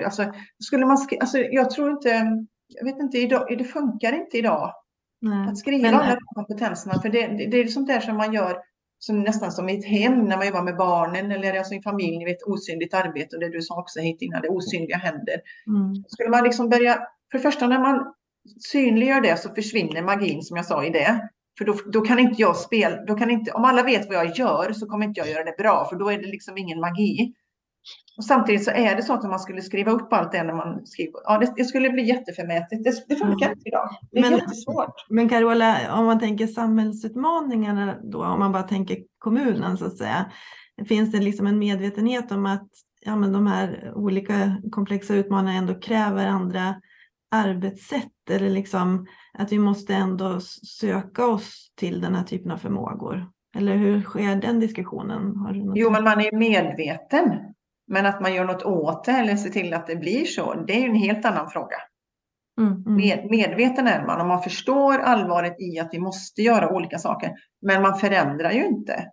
Jag tror inte, jag vet inte, det funkar inte idag. Nej. Att skriva alla de kompetenserna, för det är sånt där som man gör nästan som i ett hem när man jobbar med barnen eller alltså i familj, ett osynligt arbete, och det du sa också hit innan, det osynliga händer. Skulle man liksom börja, för det första när man synliggör det så försvinner magin som jag sa i det. För då kan inte jag om alla vet vad jag gör så kommer inte jag göra det bra, för då är det liksom ingen magi. Och samtidigt så är det så att om man skulle skriva upp allt det när man skriver, det skulle bli jätteförmätet. Det funkar inte idag. Det är jättesvårt. Men Carola, om man tänker samhällsutmaningarna då, om man bara tänker kommunen så att säga, finns det liksom en medvetenhet om att men de här olika komplexa utmaningarna ändå kräver andra arbetssätt, eller liksom att vi måste ändå söka oss till den här typen av förmågor? Eller hur sker den diskussionen? Jo, men man är medveten. Men att man gör något åt det eller ser till att det blir så, det är ju en helt annan fråga. Medveten är man, och man förstår allvaret i att vi måste göra olika saker. Men man förändrar ju inte.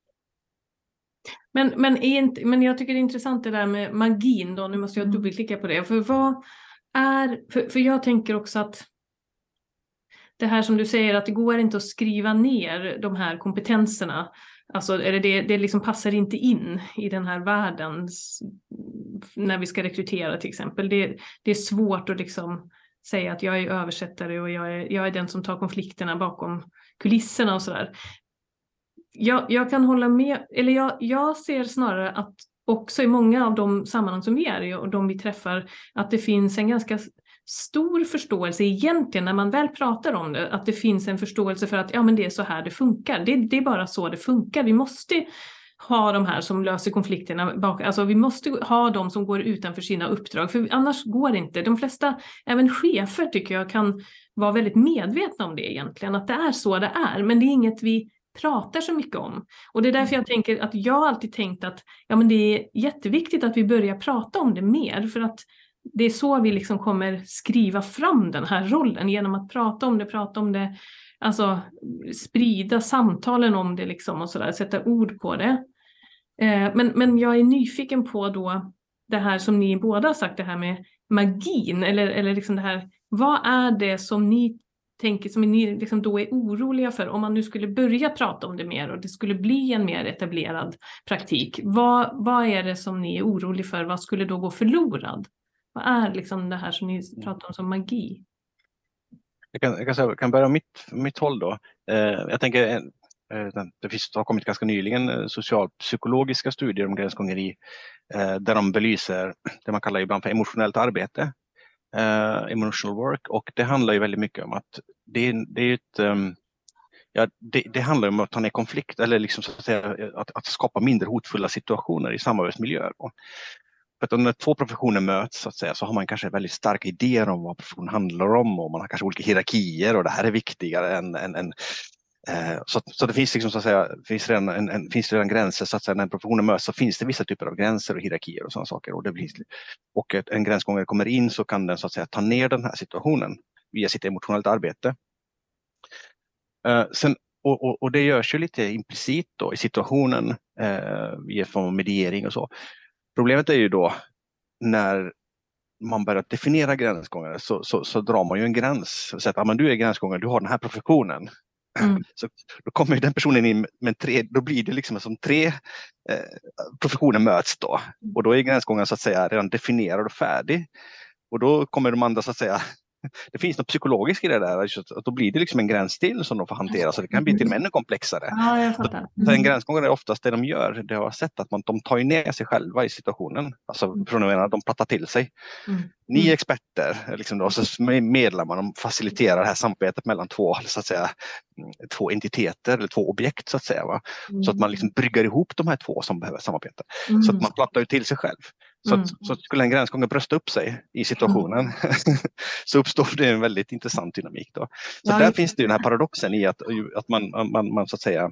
Men jag tycker det är intressant det där med magin då. Nu måste jag dubbelklicka på det. För jag tänker också att det här som du säger, att det går inte att skriva ner de här kompetenserna. Alltså det liksom passar inte in i den här världen när vi ska rekrytera till exempel. Det är svårt att liksom säga att jag är översättare och jag är den som tar konflikterna bakom kulisserna och sådär. Jag kan hålla med, eller jag ser snarare att också i många av de sammanhang som vi är i och de vi träffar, att det finns en ganska stor förståelse egentligen när man väl pratar om det, att det finns en förståelse för att men det är så här det funkar. Det är bara så det funkar. Vi måste ha de här som löser konflikterna alltså vi måste ha de som går utanför sina uppdrag, för annars går det inte. De flesta, även chefer tycker jag, kan vara väldigt medvetna om det egentligen, att det är så det är, men det är inget vi pratar så mycket om. Och det är därför jag tänker att jag alltid tänkt att men det är jätteviktigt att vi börjar prata om det mer, för att det är så vi liksom kommer skriva fram den här rollen, genom att prata om det, alltså sprida samtalen om det liksom och sådär, sätta ord på det. Men jag är nyfiken på då det här som ni båda har sagt, det här med magin, eller liksom det här, vad är det som ni tänker, som ni liksom då är oroliga för, om man nu skulle börja prata om det mer och det skulle bli en mer etablerad praktik? Vad är det som ni är oroliga för? Vad skulle då gå förlorad? Vad är liksom det här som ni pratar om som magi? Jag kan börja mitt håll då. Jag tänker, det har kommit ganska nyligen socialpsykologiska studier om gränsgångeri, där de belyser det man kallar ibland för emotionellt arbete, emotional work, och det handlar ju väldigt mycket om att det är ett Ja, det handlar om att ta ner konflikt eller liksom så att säga att skapa mindre hotfulla situationer i samarbetsmiljöer. För att när två professioner möts så att säga, så har man kanske väldigt starka idéer om vad professionen handlar om och man har kanske olika hierarkier och det här är viktigare än så det finns liksom så att säga finns redan gränser så att säga, när professioner möts så finns det vissa typer av gränser och hierarkier och sådana saker och en gränsgångare kommer in så kan den så att säga ta ner den här situationen via sitt emotionellt arbete. Sen, och det görs ju lite implicit då i situationen via form av mediering och så. Problemet är ju då när man börjar definiera gränsgångare så drar man ju en gräns. Så att du är gränsgångare, du har den här professionen. Så då kommer ju den personen in med då blir det liksom som tre professioner möts då. Och då är gränsgångaren så att säga redan definierad och färdig. Och då kommer de andra så att säga, det finns något psykologiskt i det där, att då blir det liksom en gräns till som de får hantera, så det kan bli till och med ännu komplexare. Ja, jag fattar. Så en gränsgångare är oftast det de gör, det har jag sett att de tar ju ner sig själva i situationen, alltså de plattar till sig. Ni är experter, liksom då, så medlar man, de faciliterar det här samarbetet mellan två, så att säga, två entiteter eller två objekt så att säga. Va? Så att man liksom bryggar ihop de här två som behöver samarbeta. Så att man plattar ju till sig själv. Så skulle en gränsgångare brösta upp sig i situationen så uppstår det en väldigt intressant dynamik då. Så där finns det ju den här paradoxen i att man så att säga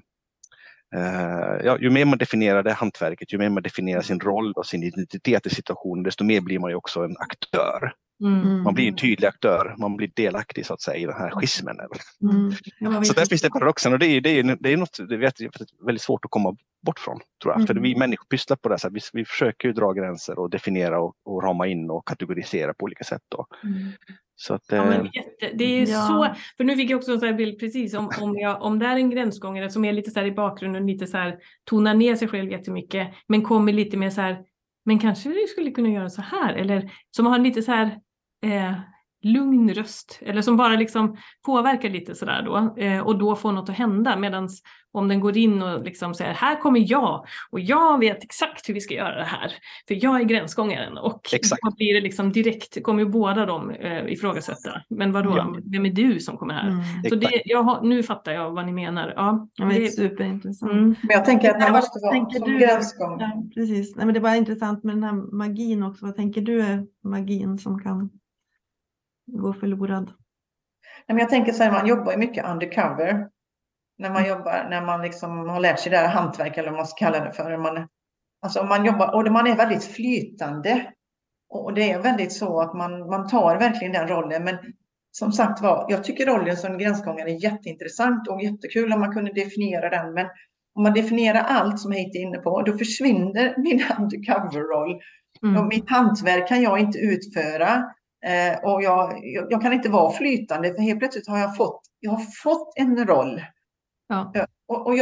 ju mer man definierar det hantverket, ju mer man definierar sin roll och sin identitet i situationen, desto mer blir man ju också en aktör. Man blir en tydlig aktör, man blir delaktig så att säga i den här schismen. Så där finns det paradoxen och det är något det är väldigt svårt att komma bort från, tror jag. För vi människor pysslar på det så här, vi försöker ju dra gränser och definiera och rama in och kategorisera på olika sätt då. Så att, det är så, för nu fick jag också en sån här bild precis om det är en gränsgångare som är lite så här i bakgrunden, lite så här tonar ner sig själv jättemycket, men kommer lite mer så här, men kanske vi skulle kunna göra så här, eller som har lite så här lugn röst, eller som bara liksom påverkar lite sådär då, och då får något att hända, medan om den går in och liksom säger, här kommer jag och jag vet exakt hur vi ska göra det här, för jag är gränsgångaren, och då blir det liksom direkt, kommer ju båda dem ifrågasätta, men vadå, vem är du som kommer här? Så det, nu fattar jag vad ni menar. Ja, det är superintressant. Men jag tänker att man måste vara som gränsgångare. Ja, precis. Nej, men det var intressant med den här magin också. Vad tänker du är magin som kan gå förlorad? Nej, men jag tänker så här, man jobbar ju mycket undercover. När man liksom har lärt sig det här hantverk, eller vad man ska kalla det för. Man jobbar, och man är väldigt flytande. Och det är väldigt så att man tar verkligen den rollen. Men som sagt var, jag tycker rollen som gränsgångare är jätteintressant och jättekul om man kunde definiera den. Men om man definierar allt som Heidi är inne på, då försvinner min undercover-roll. Och mitt hantverk kan jag inte utföra. Och jag kan inte vara flytande, för helt plötsligt har jag fått en roll. Ja. Och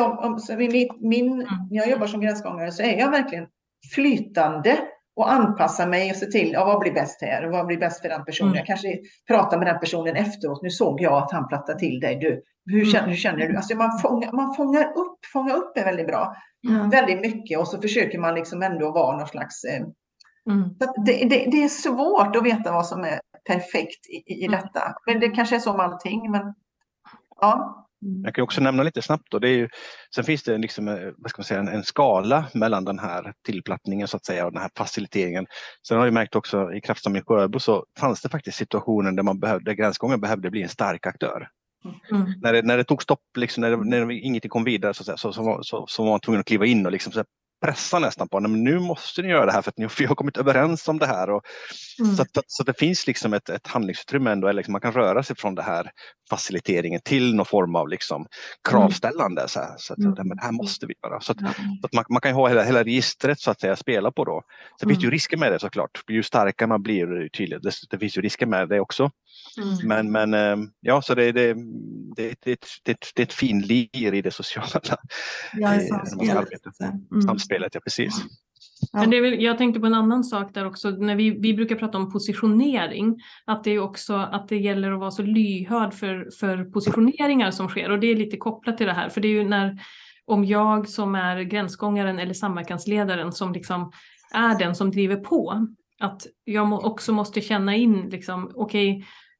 när jag jobbar som gränsgångare så är jag verkligen flytande och anpassar mig och ser till vad blir bäst här och vad blir bäst för den personen. Jag kanske pratar med den personen efteråt. Nu såg jag att han plattade till dig. Du, hur känner du? Alltså man fångar upp är väldigt bra. Väldigt mycket, och så försöker man liksom ändå vara någon slags... Det är svårt att veta vad som är perfekt i detta. Men det kanske är så med allting. Men, ja. Jag kan också nämna lite snabbt då. Sen finns det liksom, vad ska man säga, en skala mellan den här tillplattningen så att säga och den här faciliteringen. Sen har jag märkt också i Kraftsamling Sjöbo så fanns det faktiskt situationer där gränsgångaren behövde bli en stark aktör. När det tog stopp, liksom, när inget kom vidare så var man tvungen att kliva in och liksom, så pressa nästan på, men nu måste ni göra det här för att vi har kommit överens om det här. Och, så det finns liksom ett handlingsutrymme ändå, eller liksom man kan röra sig från det här faciliteringen till någon form av liksom kravställande. Så att men det här måste vi göra. Så att man kan ju ha hela registret så att säga spela på då. Så finns det ju risker med det såklart. Ju starkare man blir tydligt, det finns ju risker med det också. Men ja, så det är ett fin lir i det sociala arbetet. Samspelet, ja precis. Men jag tänkte på en annan sak där också, när vi brukar prata om positionering, att det är också att det gäller att vara så lyhörd för positioneringar som sker, och det är lite kopplat till det här, för det är ju om jag som är gränsgångaren eller samverkansledaren som liksom är den som driver på, att jag också måste känna in liksom, okej,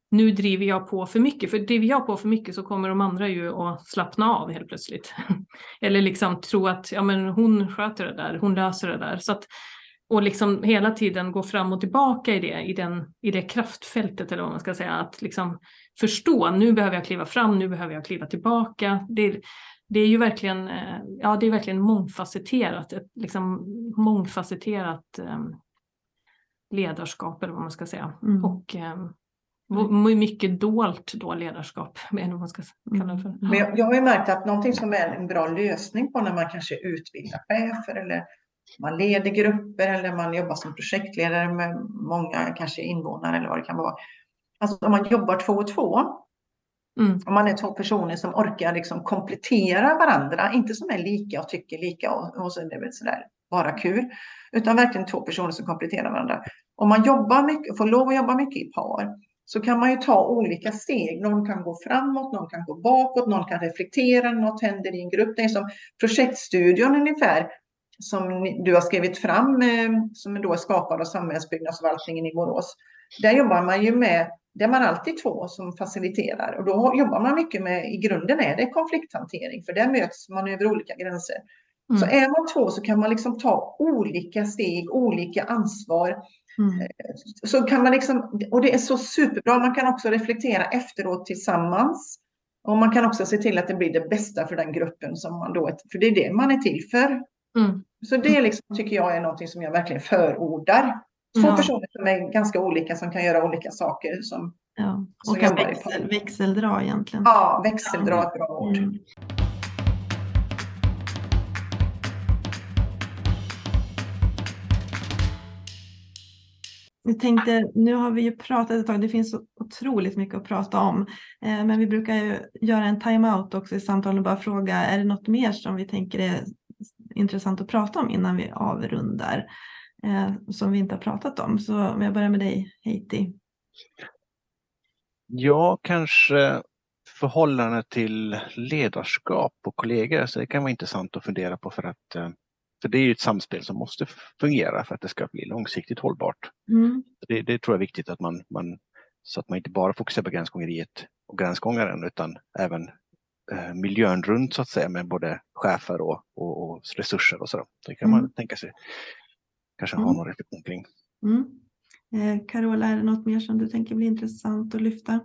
nu driver jag på för mycket. För driver jag på för mycket så kommer de andra ju att slappna av helt plötsligt. Eller liksom tro att ja, men hon sköter det där, hon löser det där. Så att, och liksom hela tiden gå fram och tillbaka i det kraftfältet eller vad man ska säga. Att liksom förstå, nu behöver jag kliva fram, nu behöver jag kliva tillbaka. Det är ju verkligen, ja, det är verkligen mångfacetterat. Ett liksom mångfacetterat ledarskap eller vad man ska säga. Och mycket dolt då ledarskap, eller vad man ska kalla det för. Men jag har ju märkt att någonting som är en bra lösning på när man kanske utbildar chefer eller man leder grupper eller man jobbar som projektledare med många kanske invånare eller vad det kan vara. Alltså om man jobbar 2 och 2, om man är 2 personer som orkar liksom komplettera varandra, inte som är lika och tycker lika och så är det väl sådär bara kul, utan verkligen 2 personer som kompletterar varandra. Om man jobbar mycket, får lov att jobba mycket i par, så kan man ju ta olika steg. Någon kan gå framåt, någon kan gå bakåt, någon kan reflektera, något händer i en grupp. Det är som projektstudion ungefär som du har skrivit fram, som då är skapad av samhällsbyggnadsförvaltningen i Borås. Där jobbar man ju med, där man alltid 2 som faciliterar. Och då jobbar man mycket med, i grunden är det konflikthantering, för där möts man över olika gränser. Så är man 2 så kan man liksom ta olika steg, olika ansvar. Så kan man liksom, och det är så superbra, man kan också reflektera efteråt tillsammans. Och man kan också se till att det blir det bästa för den gruppen som man då, för det är det man är till för. Så det är liksom, tycker jag är någonting som jag verkligen förordar. 2 personer som är ganska olika, som kan göra olika saker. Som och kan växeldra egentligen. Ja, växeldra är ett bra ord. Jag tänkte, nu har vi ju pratat ett tag, det finns så otroligt mycket att prata om. Men vi brukar ju göra en time-out också i samtalen och bara fråga, är det något mer som vi tänker är intressant att prata om innan vi avrundar? Som vi inte har pratat om. Så om jag börjar med dig, Heidi. Ja, kanske förhållande till ledarskap och kollegor, så det kan vara intressant att fundera på för det är ju ett samspel som måste fungera för att det ska bli långsiktigt hållbart. Det tror jag är viktigt att man så att man inte bara fokuserar på gränsgångeriet och gränsgångaren, utan även miljön runt så att säga, med både chefer och resurser och så. Det kan man tänka sig kanske ha någon reflektion kring. Carola, är det något mer som du tänker blir intressant att lyfta?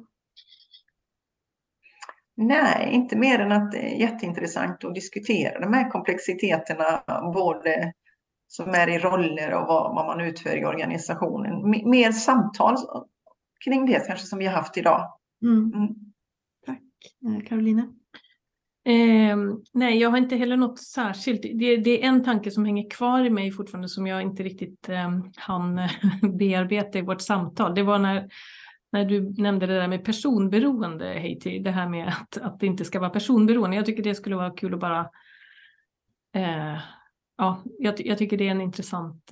Nej, inte mer än att det är jätteintressant att diskutera de här komplexiteterna, både som är i roller och vad man utför i organisationen. Mer samtal kring det kanske som vi har haft idag. Tack. Carolina? Nej, jag har inte heller något särskilt. Det är en tanke som hänger kvar i mig fortfarande som jag inte riktigt hann bearbeta i vårt samtal. Det var när du nämnde det där med personberoende, Heidi. Det här med att det inte ska vara personberoende. Jag tycker det skulle vara kul att bara... jag tycker det är en intressant...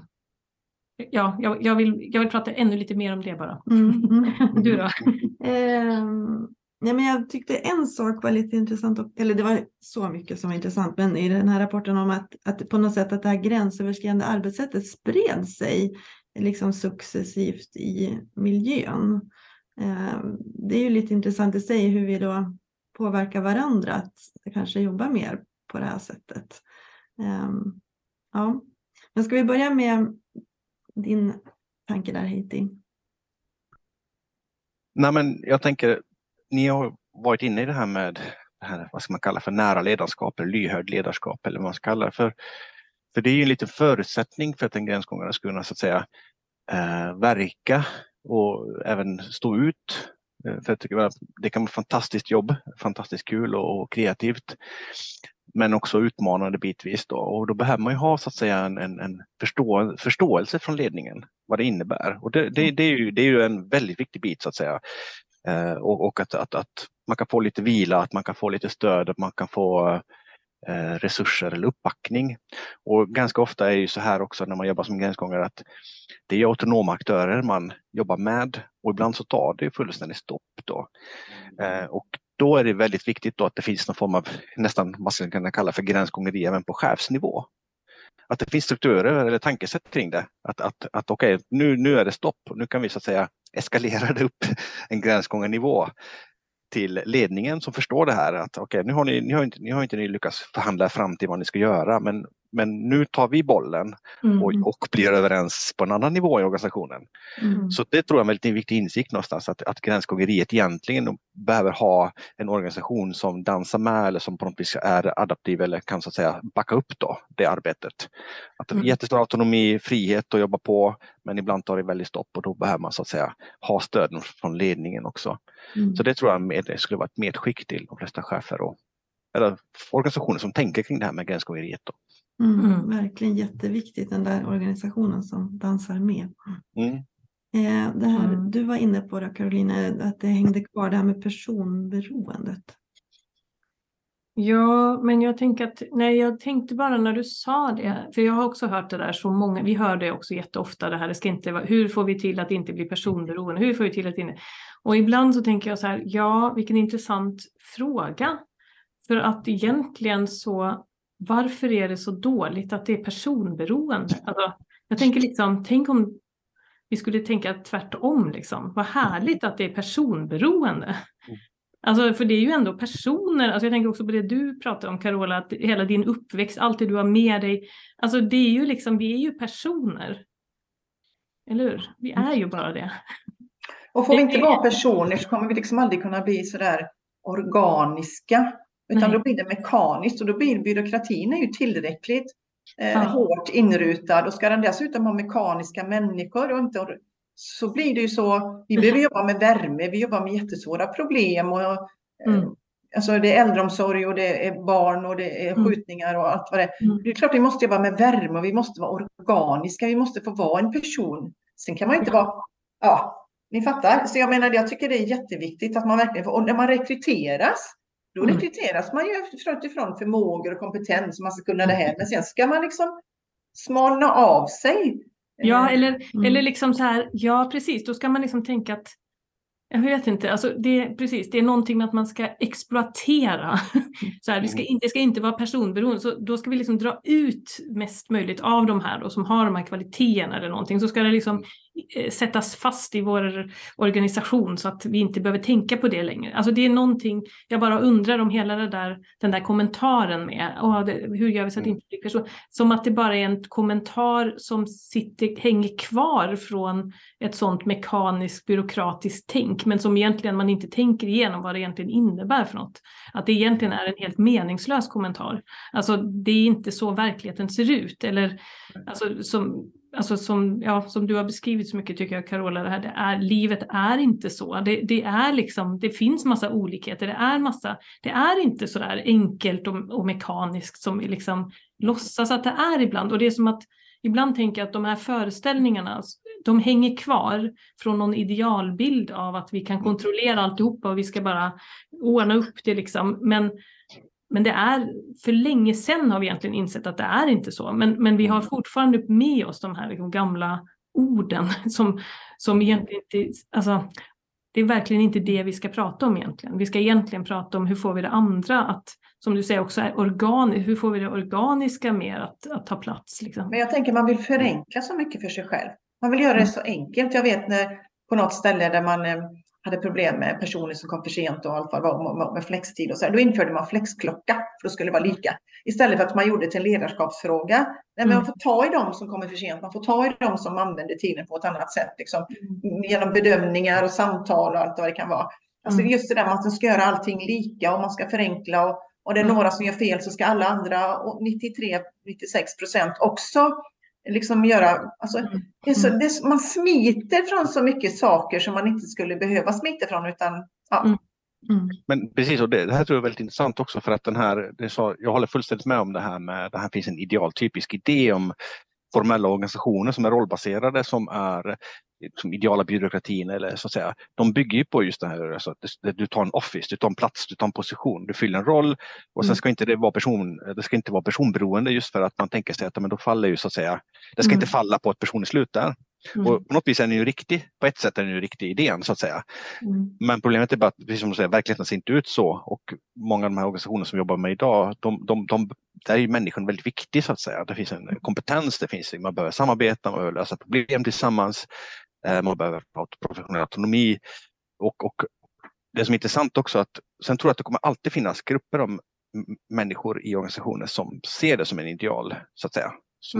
Jag vill prata ännu lite mer om det bara. Du då? Nej, men jag tyckte en sak var lite intressant, eller det var så mycket som var intressant, men i den här rapporten om att på något sätt att det här gränsöverskridande arbetssättet spred sig liksom successivt i miljön. Det är ju lite intressant i sig hur vi då påverkar varandra att kanske jobba mer på det här sättet. Men ska vi börja med din tanke där, Heidi? Nej, men jag tänker, ni har varit inne i det här med det här, vad ska man kalla för nära ledarskap eller lyhörd ledarskap eller vad man ska kalla det för. För det är ju en liten förutsättning för att en gränsgångare ska kunna så att säga verka och även stå ut. För jag tycker att det kan vara fantastiskt jobb, fantastiskt kul och kreativt. Men också utmanande bitvis då. Och då behöver man ju ha så att säga en förståelse från ledningen vad det innebär. Och det är ju en väldigt viktig bit så att säga. Och att man kan få lite vila, att man kan få lite stöd, att man kan få resurser eller uppbackning. Och ganska ofta är det ju så här också när man jobbar som gränsgångare att det är autonoma aktörer man jobbar med och ibland så tar det fullständigt stopp då. Och då är det väldigt viktigt då att det finns någon form av nästan man ska kunna kalla för gränsgångeri även på chefsnivå. Att det finns strukturer eller tankesätt kring det. Att okej, nu är det stopp. Nu kan vi så att säga eskalerade upp en gränsgångarnivå till ledningen som förstår det här att okej, nu har inte ni lyckats förhandla fram till vad ni ska göra, men nu tar vi bollen och blir överens på en annan nivå i organisationen. Så det tror jag är en väldigt viktig insikt någonstans, att gränsgångeriet egentligen behöver ha en organisation som dansar med eller som på något vis är adaptiv eller kan så att säga backa upp då det arbetet. Att jättestor autonomi, frihet att jobba på, men ibland tar det väldigt stopp och då behöver man så att säga ha stöd från ledningen också. Så det tror jag det skulle vara ett medskick till de flesta chefer eller organisationer som tänker kring det här med gränsgångeriet då. Verkligen jätteviktigt, den där organisationen som dansar med. Det här du var inne på då, Carolina, att det hängde kvar det här med personberoendet. Ja, men jag tänkte bara när du sa det, för jag har också hört det där så många, vi hör det också jätteofta det här, det ska inte vara, hur får vi till att det inte blir personberoende, hur får vi till att det inte, och ibland så tänker jag så här, ja, vilken intressant fråga, för att egentligen så, varför är det så dåligt att det är personberoende? Alltså, jag tänker liksom, tänk om vi skulle tänka tvärtom liksom, vad härligt att det är personberoende. Alltså, för det är ju ändå personer, alltså jag tänker också på det du pratade om, Carola, att hela din uppväxt, allt det du har med dig, alltså det är ju liksom, vi är ju personer. Eller hur? Vi är ju bara det. Och får vi inte vara personer så kommer vi liksom aldrig kunna bli sådär organiska, utan då blir det mekaniskt och då blir byråkratin är ju tillräckligt hårt inrutad och ska den dessutom ha mekaniska människor och inte, så blir det ju så, vi behöver jobba med värme, vi jobbar med jättesvåra problem och alltså det är äldreomsorg och det är barn och det är skjutningar och allt vad det är. Det är klart vi måste jobba med värme och vi måste vara organiska, vi måste få vara en person. Sen kan man inte vara, ni fattar. Så jag menar, jag tycker det är jätteviktigt att man verkligen får, och när man rekryteras, då rekryteras man ju utifrån förmågor och kompetens, man ska kunna det här, men sen ska man liksom smalna av sig. Ja, eller liksom så här, ja precis, då ska man liksom tänka att, jag vet inte, alltså det är någonting med att man ska exploatera. Så här, det ska inte vara personberoende, så då ska vi liksom dra ut mest möjligt av de här då, som har de här kvaliteterna eller någonting, så ska det liksom sättas fast i vår organisation så att vi inte behöver tänka på det längre. Alltså det är någonting, jag bara undrar om hela den där kommentaren med, hur gör vi så att det inte blir person, som att det bara är en kommentar som hänger kvar från ett sånt mekaniskt byråkratiskt tänk, men som egentligen man inte tänker igenom vad det egentligen innebär för något. Att det egentligen är en helt meningslös kommentar. Alltså det är inte så verkligheten ser ut, eller alltså som du har beskrivit så mycket, tycker jag, Carola, det här, livet är inte så. Det är liksom, det finns massa olikheter, det är inte så där enkelt och mekaniskt som vi liksom låtsas att det är ibland. Och det är som att ibland tänker jag att de här föreställningarna, de hänger kvar från någon idealbild av att vi kan kontrollera alltihopa och vi ska bara ordna upp det liksom. Men det är, för länge sedan har vi egentligen insett att det är inte så. Men vi har fortfarande med oss de här liksom gamla orden som egentligen inte, alltså det är verkligen inte det vi ska prata om egentligen. Vi ska egentligen prata om hur får vi det andra att, som du säger också, är organiskt. Hur får vi det organiska mer att ta plats? Liksom. Men jag tänker man vill förenkla så mycket för sig själv. Man vill göra det så enkelt. Jag vet när på något ställe där man hade problem med personer som kom för sent och allt vad det var med flextid och så här. Då införde man flexklocka för att skulle vara lika. Istället för att man gjorde det till en ledarskapsfråga. Nej, men man får ta i dem som kommer för sent. Man får ta i dem som använder tiden på ett annat sätt. Liksom, genom bedömningar och samtal och allt vad det kan vara. Alltså just det där med att man ska göra allting lika och man ska förenkla. Och det är några som gör fel så ska alla andra, och 93-96% också liksom göra, alltså, man smiter från så mycket saker som man inte skulle behöva smita från, utan Men precis, och det här tror jag är väldigt intressant också, för att jag håller fullständigt med om det här finns en idealtypisk idé om formella organisationer som är rollbaserade, som är som ideala byråkratin, eller så att säga, de bygger ju på just det här, alltså, att du tar en office, du tar en plats, du tar en position, du fyller en roll, och sen ska det ska inte vara personberoende, just för att man tänker sig att men då faller ju så att säga, det ska inte falla på ett personligt slut där. Och på något vis är den ju riktig, på ett sätt är den ju riktig idén så att säga. Men problemet är bara att, precis som du säger, verkligheten ser inte ut så, och många av de här organisationerna som jobbar med idag, där är ju människan väldigt viktig så att säga. Det finns en kompetens, man behöver samarbeta, man behöver lösa problem tillsammans. Man behöver professionell autonomi. Och det som är intressant också att sen tror jag att det kommer alltid finnas grupper av människor i organisationer som ser det som en ideal, så att säga.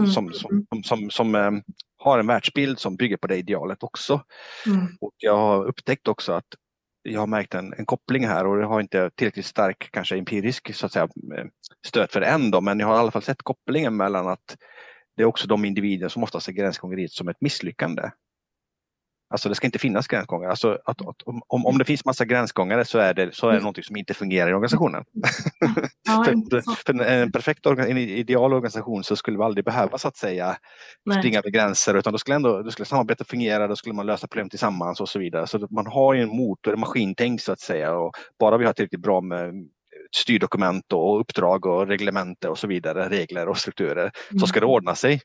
Som har en världsbild som bygger på det idealet också. Och jag har upptäckt också att jag har märkt en koppling här, och det har inte tillräckligt stark kanske empirisk så att säga stöd för det än då, men jag har i alla fall sett kopplingen mellan att det är också de individer som oftast är gränsgångeriet som ett misslyckande. Alltså det ska inte finnas gränsgångare. Alltså om det finns massa gränsgångare så är det något som inte fungerar i organisationen. för en perfekt en ideal organisation så skulle vi aldrig behöva så att säga springa över gränser, utan då skulle samarbetet fungera, då skulle man lösa problem tillsammans och så vidare. Så man har ju en motor, en maskintänk så att säga, och bara vi har tillräckligt bra med styrdokument och uppdrag och reglemente och så vidare, regler och strukturer, så ska det ordna sig.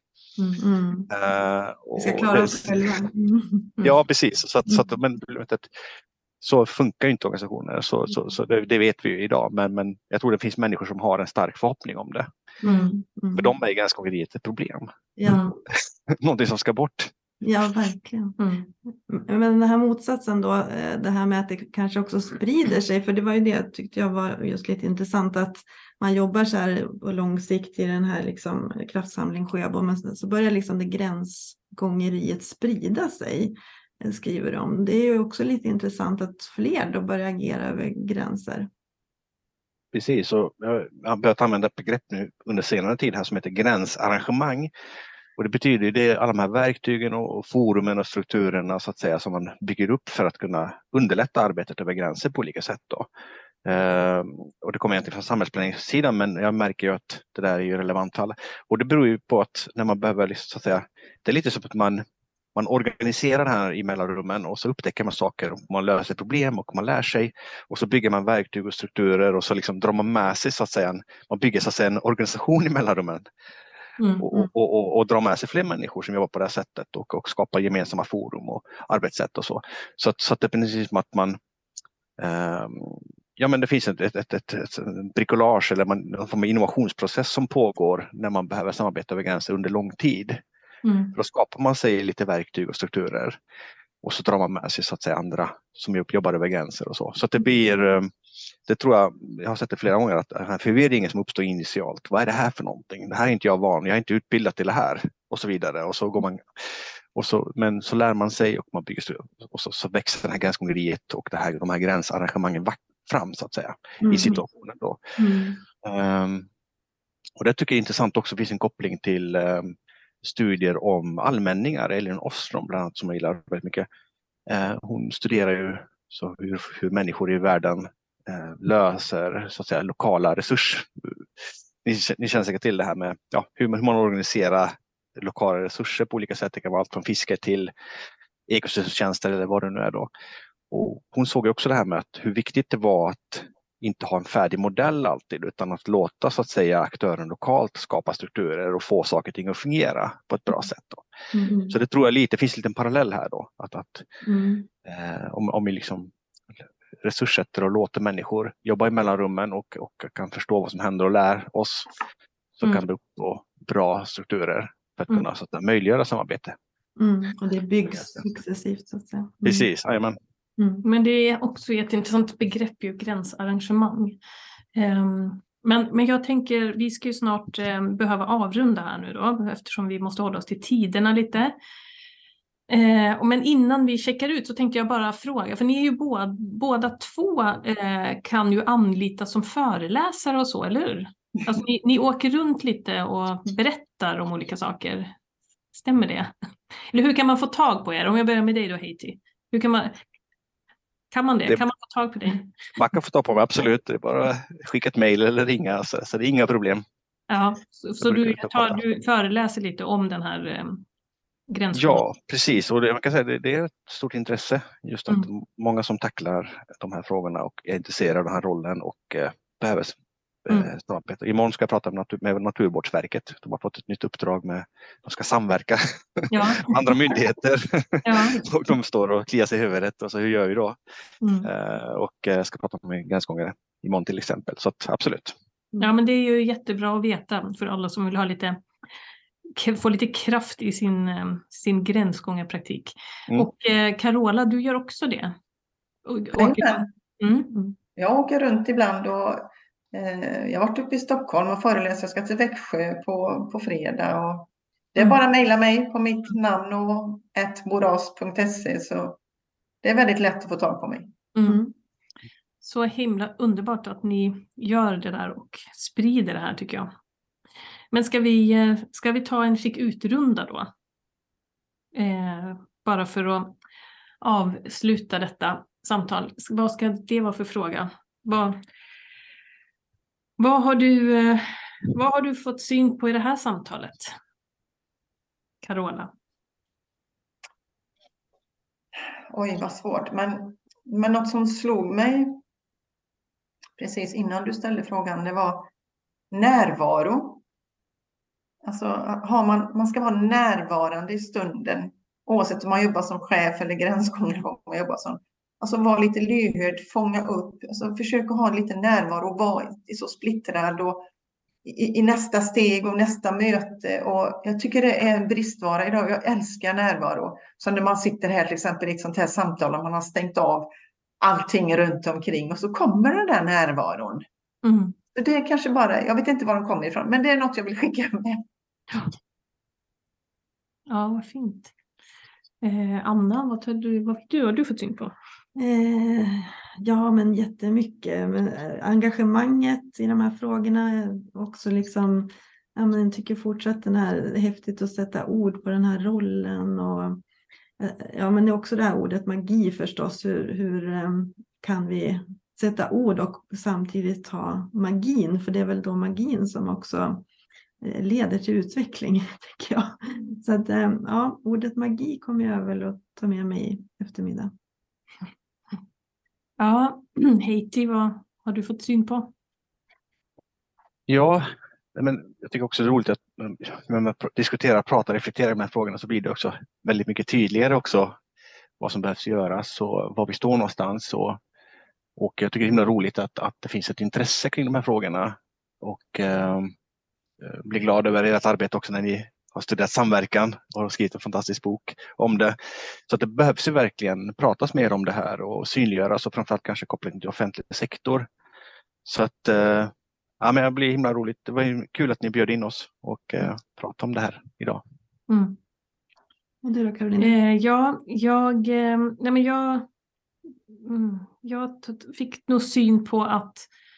Vi ska klara oss själva. Ja, precis. Så funkar ju inte organisationer. Så det vet vi ju idag. Men jag tror det finns människor som har en stark förhoppning om det. För de är gränsgångeriet ett problem. Ja. Någonting som ska bort. Ja, verkligen. Men den här motsatsen då, det här med att det kanske också sprider sig, för det var ju det tyckte jag var just lite intressant, att man jobbar så här på lång sikt i den här liksom kraftsamling Sjöbo, men så börjar liksom det gränsgångeriet sprida sig, skriver de. Det är ju också lite intressant att fler då börjar agera över gränser. Precis, och jag har börjat använda ett begrepp nu under senare tid här som heter gränsarrangemang. Och det betyder ju det alla de här verktygen och forumen och strukturerna så att säga som man bygger upp för att kunna underlätta arbetet över gränser på olika sätt då. Och det kommer egentligen från samhällsplaneringssidan, men jag märker ju att det där är ju relevant för alla. Och det beror ju på att när man behöver liksom, så att säga, det är lite som att man organiserar det här i mellanrummen och så upptäcker man saker och man löser problem och man lär sig och så bygger man verktyg och strukturer och så liksom drar man med sig så att säga man bygger så att säga en organisation i mellanrummen. Och dra med sig fler människor som jobbar på det här sättet och skapar gemensamma forum och arbetssätt och så. Så att det är precis som att man men det finns ett bricolage eller någon form av innovationsprocess som pågår när man behöver samarbeta över gränser under lång tid. Då skapar man sig lite verktyg och strukturer och så drar man med sig så att säga andra som jobbar över gränser och så. Så att det blir, det tror jag har sett det flera gånger, att den här förvirringen som uppstår initialt, vad är det här för någonting? Det här är inte jag van, jag är inte utbildad till det här och så vidare. Och så går man, men så lär man sig och man bygger och så växer det här gränsgångeriet och de här gränsarrangemangen fram så att säga i situationen då. Och det tycker jag är intressant också, finns en koppling till studier om allmänningar, Elin Ostrom bland annat som jag gillar väldigt mycket. Hon studerar ju så hur människor i världen löser så att säga lokala resurser. Ni känner säkert till det här med hur man organiserar lokala resurser på olika sätt. Det kan vara allt från fiske till ekosystemtjänster eller vad det nu är då. Och hon såg också det här med att hur viktigt det var att inte ha en färdig modell alltid, utan att låta så att säga aktören lokalt skapa strukturer och få saker och ting att fungera på ett bra sätt då. Så det tror jag det finns en liten parallell här då, om vi liksom resurssätter och låter människor jobba i mellanrummen och kan förstå vad som händer och lär oss, så kan det uppstå bra strukturer för att kunna så att möjliggöra samarbete. Och det byggs successivt så att säga. Precis, jajamän. Men det är också ett intressant begrepp, ju gränsarrangemang. Men jag tänker, vi ska ju snart behöva avrunda här nu då, eftersom vi måste hålla oss till tiderna lite. Men innan vi checkar ut så tänkte jag bara fråga, för ni är ju båda två kan ju anlitas som föreläsare och så, eller hur? Alltså ni åker runt lite och berättar om olika saker. Stämmer det? Eller hur kan man få tag på er? Om jag börjar med dig då, Heidi. Hur kan man det? Kan man få tag på dig? Man kan få tag på mig, absolut. Det är bara skicka ett mejl eller ringa, så det är inga problem. Ja, så du föreläser lite om den här gränsen? Ja, precis. Och man kan säga det är ett stort intresse. Just att många som tacklar de här frågorna och är intresserade av den här rollen och behöver samarbeta. Imorgon ska jag prata med Naturvårdsverket. De har fått ett nytt uppdrag de ska samverka med andra myndigheter. Och de står och kliar sig i huvudet. Och så hur gör vi då? Och jag ska prata med gränsgångare imorgon till exempel. Så att, absolut. Ja, men det är ju jättebra att veta för alla som vill ha lite få lite kraft i sin gränsgångarpraktik. Och Carola, du gör också det. Jag åker runt ibland och jag har varit uppe i Stockholm och föreläser. Jag ska till Växjö på fredag. Och det är bara att mejla mig på mitt namn och @boras.se, så det är väldigt lätt att få tag på mig. Så himla underbart att ni gör det där och sprider det här, tycker jag. Men ska vi ta en skick utrunda då? Bara för att avsluta detta samtal. Vad ska det vara för fråga? Vad har du fått syn på i det här samtalet, Carola? Oj, vad svårt. Men något som slog mig precis innan du ställde frågan, det var närvaro. Alltså man ska vara närvarande i stunden, oavsett om man jobbar som chef eller gränsgångare, vad man jobbar som. Alltså vara lite lyhörd, fånga upp, alltså försöka ha lite närvaro och vara så splittrad och i nästa steg och nästa möte. Och jag tycker det är en bristvara idag. Jag älskar närvaro. Så när man sitter här till exempel i ett sånt här samtal och man har stängt av allting runt omkring och så kommer den där närvaron. Det är kanske bara, jag vet inte var den kommer ifrån, men det är något jag vill skicka med. Ja, vad fint. Anna, vad har du fått syn på? Ja, men jättemycket. Men engagemanget i de här frågorna också liksom, jag tycker fortsatt den här häftigt att sätta ord på den här rollen, och men det är också det här ordet magi förstås. Hur kan vi sätta ord och samtidigt ha magin? För det är väl då magin som också leder till utveckling, tycker jag. Så att ordet magi kommer jag väl att ta med mig i eftermiddag. Ja, Heidi, vad har du fått syn på? Ja, men jag tycker också det är roligt att när man diskuterar, pratar, reflekterar de här frågorna, så blir det också väldigt mycket tydligare också vad som behövs göras och var vi står någonstans. Och jag tycker det är himla roligt att det finns ett intresse kring de här frågorna, och blir glad över ert arbete också när ni har studerat samverkan och har skrivit en fantastisk bok om det. Så att det behövs ju verkligen pratas mer om det här och synliggöras, och framförallt kanske kopplat till offentlig sektor. Så att men det blir himla roligt. Det var ju kul att ni bjöd in oss och pratade om det här idag. Och du då, Karolina? Jag fick nog syn på att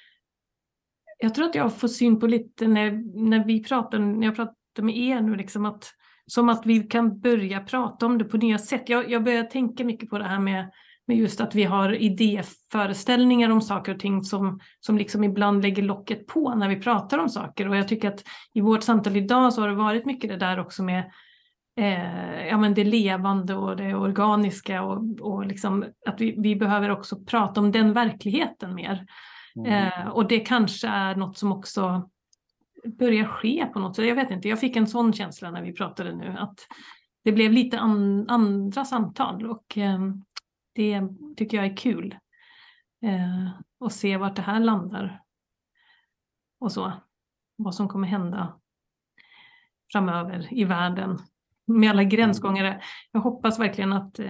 jag tror att jag får syn på lite när jag pratar med er nu, liksom som att vi kan börja prata om det på nya sätt. Jag börjar tänka mycket på det här med just att vi har idéföreställningar om saker och ting som liksom ibland lägger locket på när vi pratar om saker. Och jag tycker att i vårt samtal idag så har det varit mycket det där också med det levande och det organiska, och liksom att vi behöver också prata om den verkligheten mer. Och det kanske är något som också börjar ske på något sätt. Jag vet inte, jag fick en sån känsla när vi pratade nu, att det blev lite andra samtal, och det tycker jag är kul. Och se vart det här landar och så. Vad som kommer hända framöver i världen med alla gränsgångare. Jag hoppas verkligen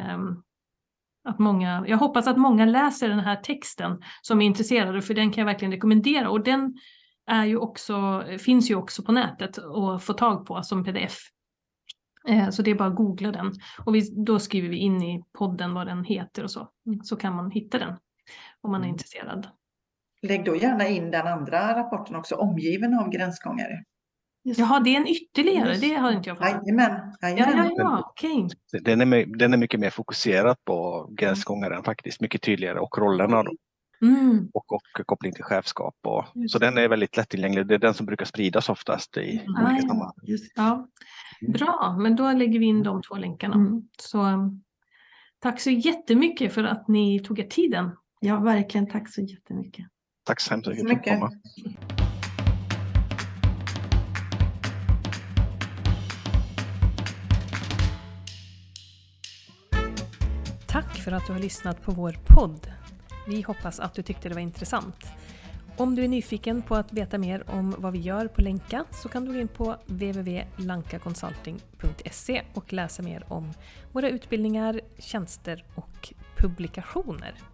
att många läser den här texten som är intresserade, för den kan jag verkligen rekommendera. Och den är ju finns ju också på nätet att få tag på som pdf. Så det är bara att googla den. Och då skriver vi in i podden vad den heter och så kan man hitta den om man är intresserad. Lägg då gärna in den andra rapporten också, omgiven av gränsgångare. Jaha, det är en ytterligare, det har inte jag fått. Jajamän. Ja, okej. Den är mycket mer fokuserad på gränsgångaren faktiskt, mycket tydligare, och rollerna då. Och koppling till chefskap. Så den är väldigt lättillgänglig. Det är den som brukar spridas oftast i olika sammanhang. Ja. Bra, men då lägger vi in de 2 länkarna. Så tack så jättemycket för att ni tog er tiden. Ja, verkligen. Tack så jättemycket. Tack så hemskt mycket för att komma. Tack för att du har lyssnat på vår podd. Vi hoppas att du tyckte det var intressant. Om du är nyfiken på att veta mer om vad vi gör på Lenka så kan du gå in på www.lankaconsulting.se och läsa mer om våra utbildningar, tjänster och publikationer.